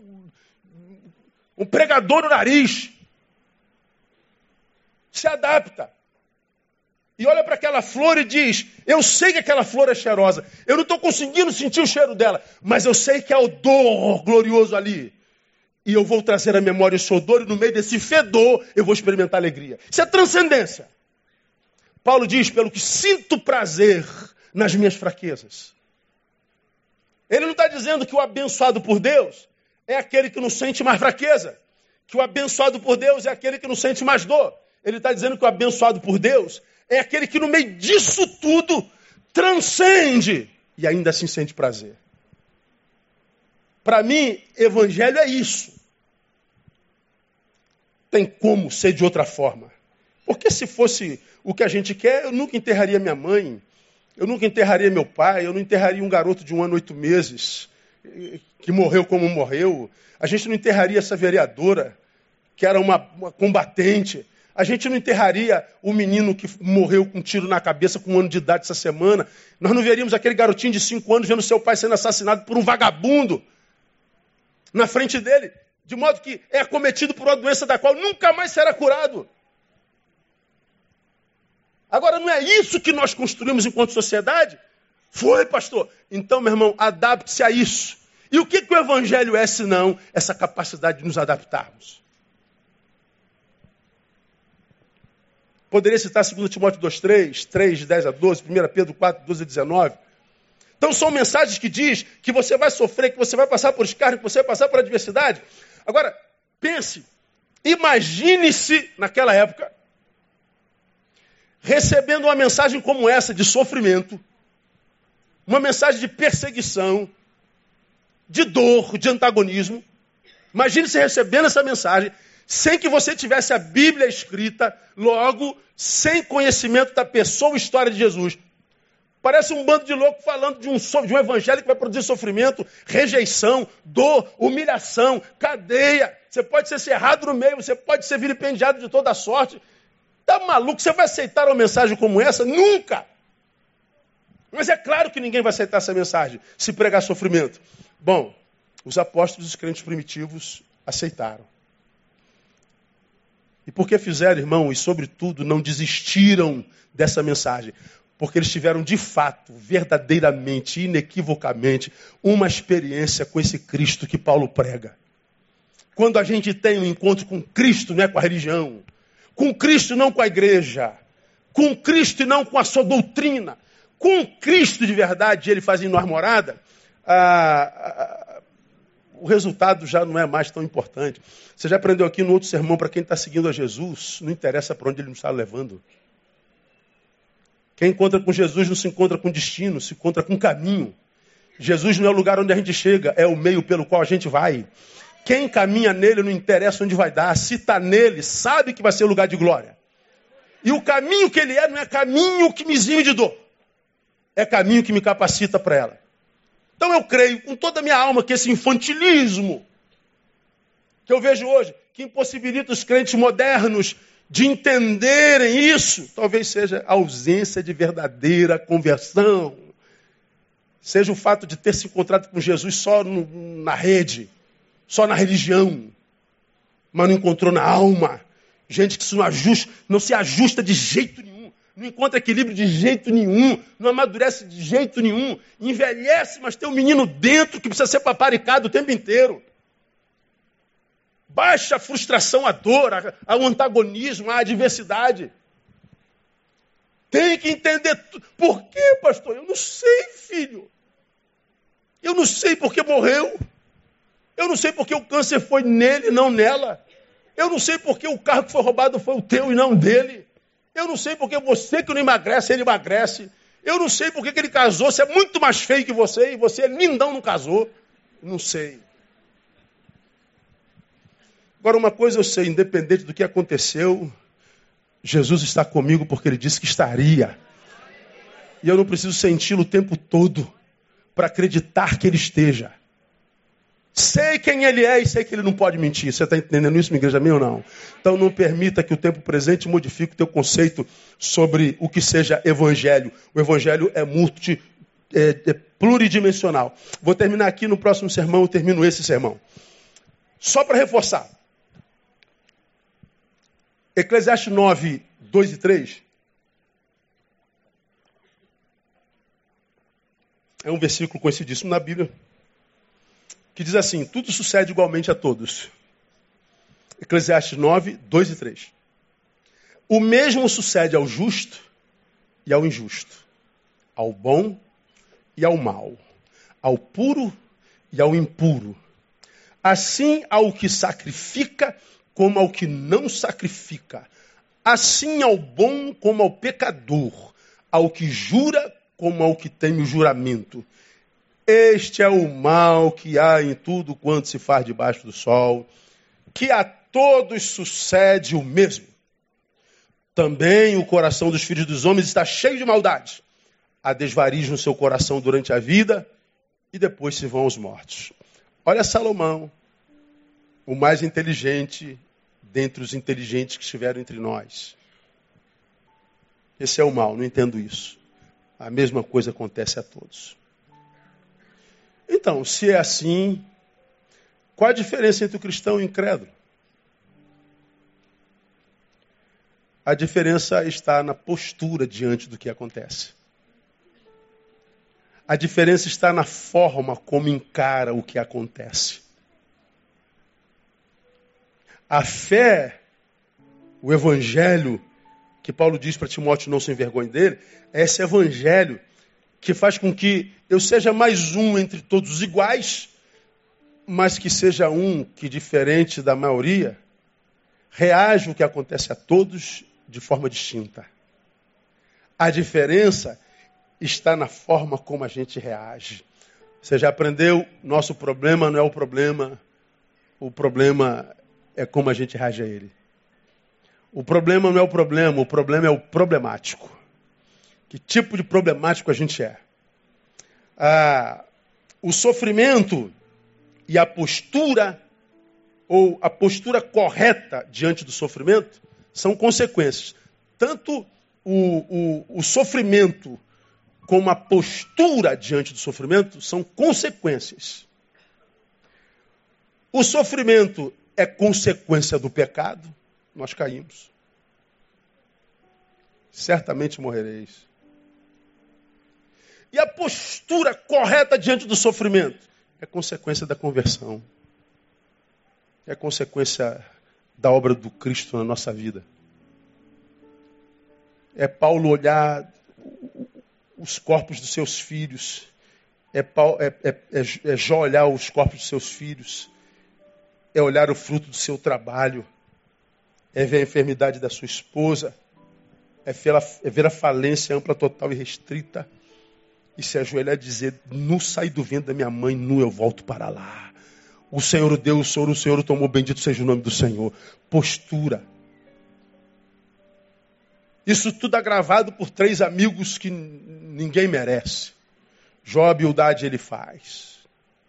um pregador no nariz. Se adapta. e olha para aquela flor e diz, eu sei que aquela flor é cheirosa, eu não estou conseguindo sentir o cheiro dela, mas eu sei que há odor glorioso ali. E eu vou trazer à memória esse odor e no meio desse fedor eu vou experimentar alegria. Isso é transcendência. Paulo diz, pelo que sinto prazer nas minhas fraquezas. Ele não está dizendo que o abençoado por Deus é aquele que não sente mais fraqueza. Que o abençoado por Deus é aquele que não sente mais dor. Ele está dizendo que o abençoado por Deus é aquele que no meio disso tudo transcende e ainda assim sente prazer. Para mim, evangelho é isso. Tem como ser de outra forma. Porque se fosse o que a gente quer, eu nunca enterraria minha mãe, eu nunca enterraria meu pai, eu não enterraria um garoto de 1 ano e 8 meses, que morreu como morreu. A gente não enterraria essa vereadora, que era uma combatente. A gente não enterraria o menino que morreu com um tiro na cabeça com 1 ano de idade essa semana. Nós não veríamos aquele garotinho de 5 anos vendo seu pai sendo assassinado por um vagabundo na frente dele, de modo que é acometido por uma doença da qual nunca mais será curado. Agora, não é isso que nós construímos enquanto sociedade? Foi, pastor. Então, meu irmão, adapte-se a isso. E o que o evangelho é, senão essa capacidade de nos adaptarmos? Poderia citar 2 Timóteo 2,3, 3, de 10 a 12, 1 Pedro 4, 12 a 19. Então são mensagens que diz que você vai sofrer, que você vai passar por escárnio, que você vai passar por adversidade. Agora, pense, imagine-se naquela época, recebendo uma mensagem como essa, de sofrimento, uma mensagem de perseguição, de dor, de antagonismo. Imagine-se recebendo essa mensagem, sem que você tivesse a Bíblia escrita, logo, sem conhecimento da pessoa e história de Jesus. Parece um bando de louco falando de um evangelho que vai produzir sofrimento, rejeição, dor, humilhação, cadeia. Você pode ser cerrado no meio, você pode ser vilipendiado de toda sorte. Tá maluco? Você vai aceitar uma mensagem como essa? Nunca! Mas é claro que ninguém vai aceitar essa mensagem se pregar sofrimento. Bom, os apóstolos e os crentes primitivos aceitaram. E por que fizeram, irmão? E sobretudo não desistiram dessa mensagem. Porque eles tiveram de fato, verdadeiramente, inequivocamente, uma experiência com esse Cristo que Paulo prega. Quando a gente tem um encontro com Cristo, não é com a religião, com Cristo não com a igreja, com Cristo e não com a sua doutrina, com Cristo de verdade, ele fazendo uma morada, o resultado já não é mais tão importante. Você já aprendeu aqui no outro sermão, para quem está seguindo a Jesus, não interessa para onde ele nos está levando. Quem encontra com Jesus não se encontra com destino, se encontra com caminho. Jesus não é o lugar onde a gente chega, é o meio pelo qual a gente vai. Quem caminha nele não interessa onde vai dar. Se está nele, sabe que vai ser o lugar de glória. E o caminho que ele é não é caminho que me exime de dor. É caminho que me capacita para ela. Então eu creio com toda a minha alma que esse infantilismo que eu vejo hoje, que impossibilita os crentes modernos de entenderem isso, talvez seja a ausência de verdadeira conversão. Seja o fato de ter se encontrado com Jesus só na rede, só na religião, mas não encontrou na alma. Gente que não se ajusta de jeito nenhum, não encontra equilíbrio de jeito nenhum, não amadurece de jeito nenhum, envelhece, mas tem um menino dentro que precisa ser paparicado o tempo inteiro. Baixa a frustração, a dor, o antagonismo, a adversidade. Tem que entender tudo. Por quê, pastor? Eu não sei, filho. Eu não sei porque morreu. Eu não sei porque o câncer foi nele e não nela. Eu não sei porque o carro que foi roubado foi o teu e não dele. Eu não sei porque você que não emagrece, ele emagrece. Eu não sei porque que ele casou, você é muito mais feio que você e você é lindão, não casou. Não sei. Agora, uma coisa eu sei, independente do que aconteceu, Jesus está comigo porque ele disse que estaria. E eu não preciso senti-lo o tempo todo para acreditar que ele esteja. Sei quem ele é e sei que ele não pode mentir. Você está entendendo isso, minha igreja, minha ou não? Então não permita que o tempo presente modifique o teu conceito sobre o que seja evangelho. O evangelho é pluridimensional. Vou terminar aqui no próximo sermão, eu termino esse sermão. Só para reforçar. Eclesiastes 9, 2 e 3. É um versículo conhecidíssimo na Bíblia, que diz assim: tudo sucede igualmente a todos. Eclesiastes 9, 2 e 3. O mesmo sucede ao justo e ao injusto, ao bom e ao mau, ao puro e ao impuro. Assim ao que sacrifica como ao que não sacrifica. Assim ao bom como ao pecador, ao que jura como ao que tem o juramento. Este é o mal que há em tudo quanto se faz debaixo do sol, que a todos sucede o mesmo. Também o coração dos filhos dos homens está cheio de maldade. Há desvarios no seu coração durante a vida e depois se vão aos mortos. Olha Salomão, o mais inteligente dentre os inteligentes que estiveram entre nós. Esse é o mal, não entendo isso. A mesma coisa acontece a todos. Então, se é assim, qual a diferença entre o cristão e o incrédulo? A diferença está na postura diante do que acontece. A diferença está na forma como encara o que acontece. A fé, o evangelho, que Paulo diz para Timóteo não se envergonhe dele, é esse evangelho que faz com que eu seja mais um entre todos os iguais, mas que seja um que, diferente da maioria, reage ao que acontece a todos de forma distinta. A diferença está na forma como a gente reage. Você já aprendeu? Nosso problema não é o problema é como a gente reage a ele. O problema não é o problema é o problemático. Que tipo de problemático a gente é? O sofrimento e a postura, ou a postura correta diante do sofrimento, são consequências. Tanto o sofrimento como a postura diante do sofrimento são consequências. O sofrimento é consequência do pecado, nós caímos. Certamente morrereis. E a postura correta diante do sofrimento é consequência da conversão. É consequência da obra do Cristo na nossa vida. É Paulo olhar os corpos dos seus filhos. É Jó olhar os corpos dos seus filhos. É olhar o fruto do seu trabalho. É ver a enfermidade da sua esposa. É ver a falência ampla, total e restrita. E se ajoelhar e dizer: nu saí do ventre da minha mãe, nu eu volto para lá. O Senhor o deu, o Senhor o tomou, bendito seja o nome do Senhor. Postura. Isso tudo agravado por 3 amigos que ninguém merece. Jó, Bildade, ele faz.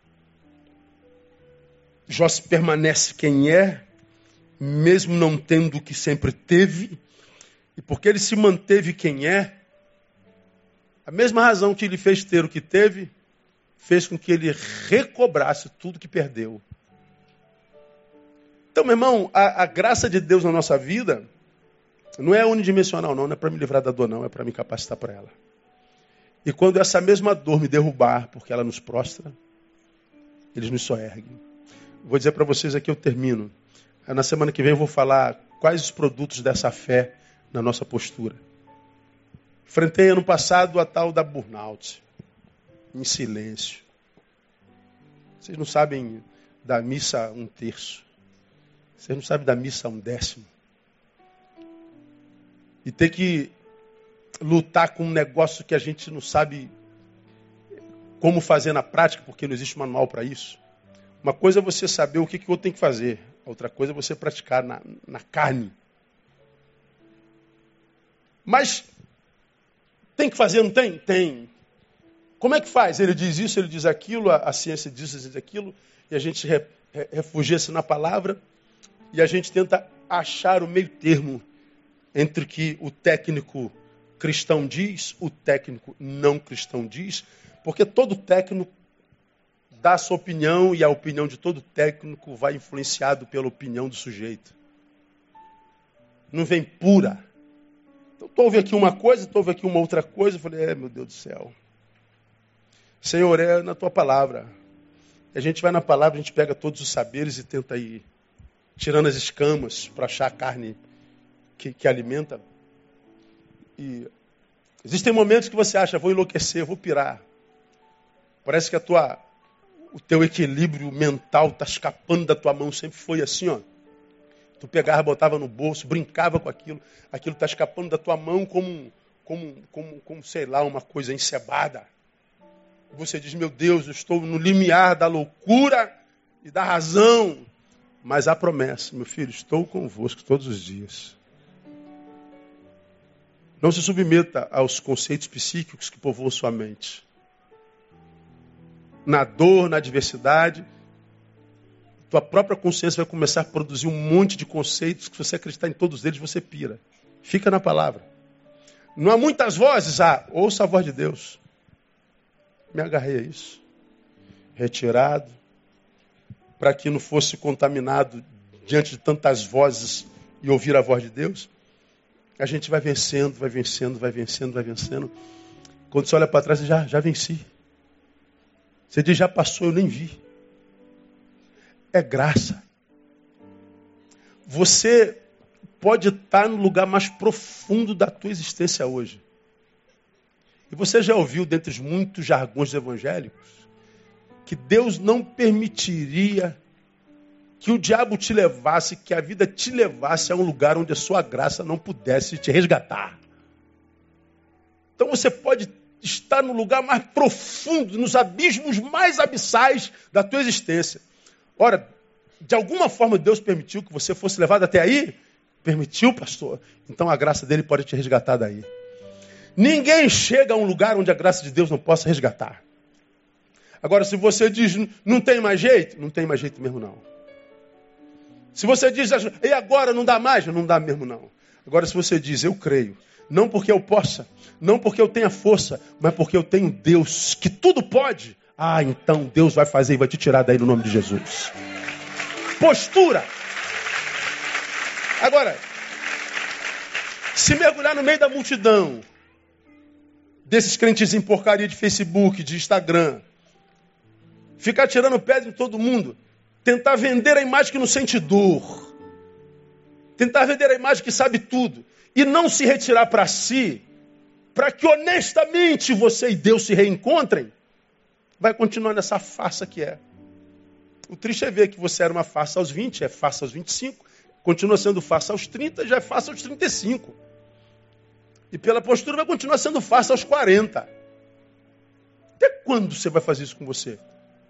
Jó permanece quem é, mesmo não tendo o que sempre teve. E porque ele se manteve quem é, a mesma razão que ele fez ter o que teve, fez com que ele recobrasse tudo que perdeu. Então, meu irmão, a graça de Deus na nossa vida não é unidimensional, não é para me livrar da dor, não, é para me capacitar para ela. E quando essa mesma dor me derrubar, porque ela nos prostra, eles nos soerguem. Vou dizer para vocês aqui, eu termino. Na semana que vem eu vou falar quais os produtos dessa fé na nossa postura. Enfrentei ano passado a tal da burnout, em silêncio. Vocês não sabem da missa 1/3. Vocês não sabem da missa 1/10. E ter que lutar com um negócio que a gente não sabe como fazer na prática, porque não existe manual para isso. Uma coisa é você saber o que o outro tem que fazer. Outra coisa é você praticar na carne. Mas tem que fazer, não tem? Tem. Como é que faz? Ele diz isso, ele diz aquilo, a ciência diz isso, diz aquilo, e a gente refugia-se na palavra, e a gente tenta achar o meio termo entre o que o técnico cristão diz, o técnico não cristão diz, porque todo técnico dá a sua opinião, e a opinião de todo técnico vai influenciado pela opinião do sujeito. Não vem pura. Então, tu ouve aqui uma coisa, tu ouve aqui uma outra coisa. Eu falei, meu Deus do céu. Senhor, é na tua palavra. A gente vai na palavra, a gente pega todos os saberes e tenta ir tirando as escamas para achar a carne que alimenta. E existem momentos que você acha, vou enlouquecer, vou pirar. Parece que o teu equilíbrio mental está escapando da tua mão. Sempre foi assim, ó. Tu pegava, botava no bolso, brincava com aquilo. Aquilo está escapando da tua mão como, sei lá, uma coisa encebada. Você diz, meu Deus, eu estou no limiar da loucura e da razão. Mas há promessa, meu filho, estou convosco todos os dias. Não se submeta aos conceitos psíquicos que povoam sua mente. Na dor, na adversidade, tua própria consciência vai começar a produzir um monte de conceitos que se você acreditar em todos eles, você pira. Fica na palavra. Não há muitas vozes, ouça a voz de Deus. Me agarrei a isso. Retirado, para que não fosse contaminado diante de tantas vozes e ouvir a voz de Deus. A gente vai vencendo, vai vencendo, vai vencendo, vai vencendo. Quando você olha para trás, já venci. Você diz, já passou, eu nem vi. É graça. Você pode estar no lugar mais profundo da tua existência hoje. E você já ouviu, dentre os muitos jargões evangélicos, que Deus não permitiria que o diabo te levasse, que a vida te levasse a um lugar onde a sua graça não pudesse te resgatar. Então você pode estar no lugar mais profundo, nos abismos mais abissais da tua existência. Ora, de alguma forma Deus permitiu que você fosse levado até aí? Permitiu, pastor? Então a graça dele pode te resgatar daí. Ninguém chega a um lugar onde a graça de Deus não possa resgatar. Agora, se você diz, não tem mais jeito, não tem mais jeito mesmo não. Se você diz, e agora não dá mais, não dá mesmo não. Agora, se você diz, eu creio, não porque eu possa, não porque eu tenha força, mas porque eu tenho Deus que tudo pode, então Deus vai fazer e vai te tirar daí no nome de Jesus. Postura. Agora, se mergulhar no meio da multidão, desses crentes em porcaria de Facebook, de Instagram, ficar tirando pedra em todo mundo, tentar vender a imagem que não sente dor, tentar vender a imagem que sabe tudo, e não se retirar para si, para que honestamente você e Deus se reencontrem, vai continuar nessa farsa que é. O triste é ver que você era uma farsa aos 20, é farsa aos 25, continua sendo farsa aos 30, já é farsa aos 35. E pela postura vai continuar sendo farsa aos 40. Até quando você vai fazer isso com você?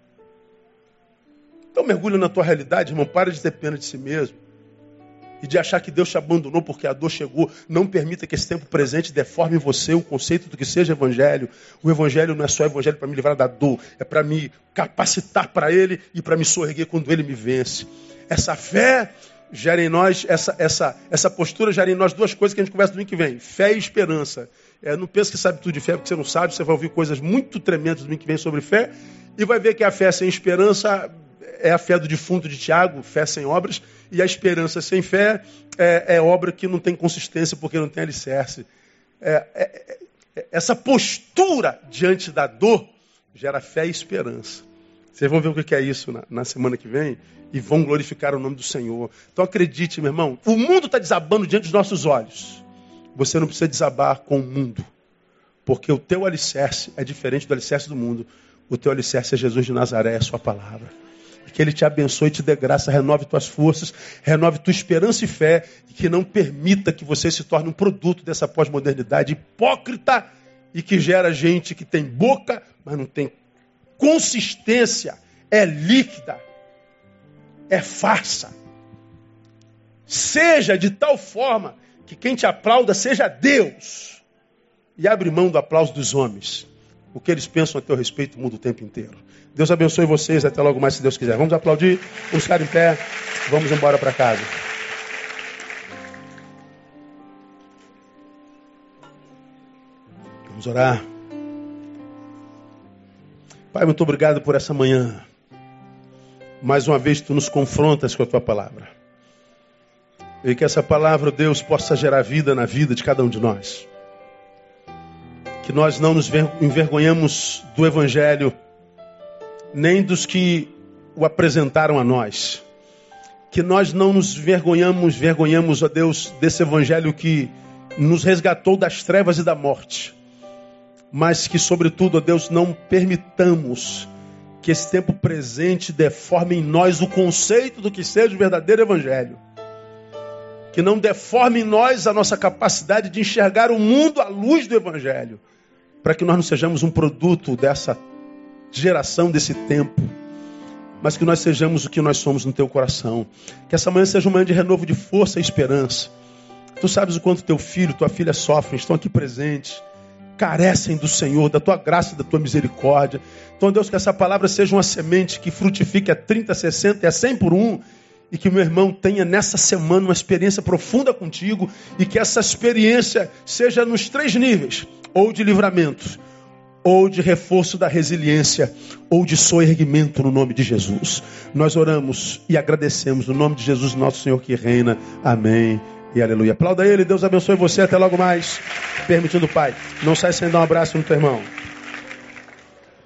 Então mergulha na tua realidade, irmão, para de ter pena de si mesmo. E de achar que Deus te abandonou porque a dor chegou. Não permita que esse tempo presente deforme em você o conceito do que seja evangelho. O evangelho não é só evangelho para me livrar da dor. É para me capacitar para ele e para me sorrir quando ele me vence. Essa fé gera em nós, essa postura gera em nós duas coisas que a gente conversa domingo que vem. Fé e esperança. Não pensa que sabe tudo de fé porque você não sabe. Você vai ouvir coisas muito tremendas domingo que vem sobre fé. E vai ver que a fé sem esperança é a fé do defunto de Tiago, fé sem obras, e a esperança sem fé é obra que não tem consistência porque não tem alicerce. Essa postura diante da dor gera fé e esperança. Vocês vão ver o que é isso na semana que vem e vão glorificar o nome do Senhor. Então acredite, meu irmão, o mundo está desabando diante dos nossos olhos. Você não precisa desabar com o mundo, porque o teu alicerce é diferente do alicerce do mundo. O teu alicerce é Jesus de Nazaré, é a sua palavra. Que Ele te abençoe e te dê graça, renove tuas forças, renove tua esperança e fé, e que não permita que você se torne um produto dessa pós-modernidade hipócrita e que gera gente que tem boca, mas não tem consistência, é líquida, é farsa. Seja de tal forma que quem te aplauda seja Deus e abre mão do aplauso dos homens. O que eles pensam a teu respeito muda o tempo inteiro. Deus abençoe vocês. Até logo mais, se Deus quiser. Vamos aplaudir, vamos ficar em pé, vamos embora para casa. Vamos orar. Pai, muito obrigado por essa manhã. Mais uma vez, Tu nos confrontas com a Tua palavra. E que essa palavra, Deus, possa gerar vida na vida de cada um de nós. que nós não nos envergonhamos do Evangelho, nem dos que o apresentaram a nós. Que nós não nos vergonhamos, ó Deus, desse Evangelho que nos resgatou das trevas e da morte. Mas que, sobretudo, ó Deus, não permitamos que esse tempo presente deforme em nós o conceito do que seja o verdadeiro Evangelho. Que não deforme em nós a nossa capacidade de enxergar o mundo à luz do Evangelho. Para que nós não sejamos um produto dessa geração, desse tempo. Mas que nós sejamos o que nós somos no teu coração. Que essa manhã seja uma manhã de renovo de força e esperança. Tu sabes o quanto teu filho, tua filha sofrem, estão aqui presentes. Carecem do Senhor, da tua graça e da tua misericórdia. Então, Deus, que essa palavra seja uma semente que frutifique a 30, 60 e a 100 por um. E que o meu irmão tenha nessa semana uma experiência profunda contigo. E que essa experiência seja nos 3 níveis. Ou de livramento, ou de reforço da resiliência, ou de soerguimento no nome de Jesus. Nós oramos e agradecemos no nome de Jesus, nosso Senhor que reina. Amém e aleluia. Aplauda ele, Deus abençoe você. Até logo mais. Permitindo, Pai. Não sai sem dar um abraço no teu irmão.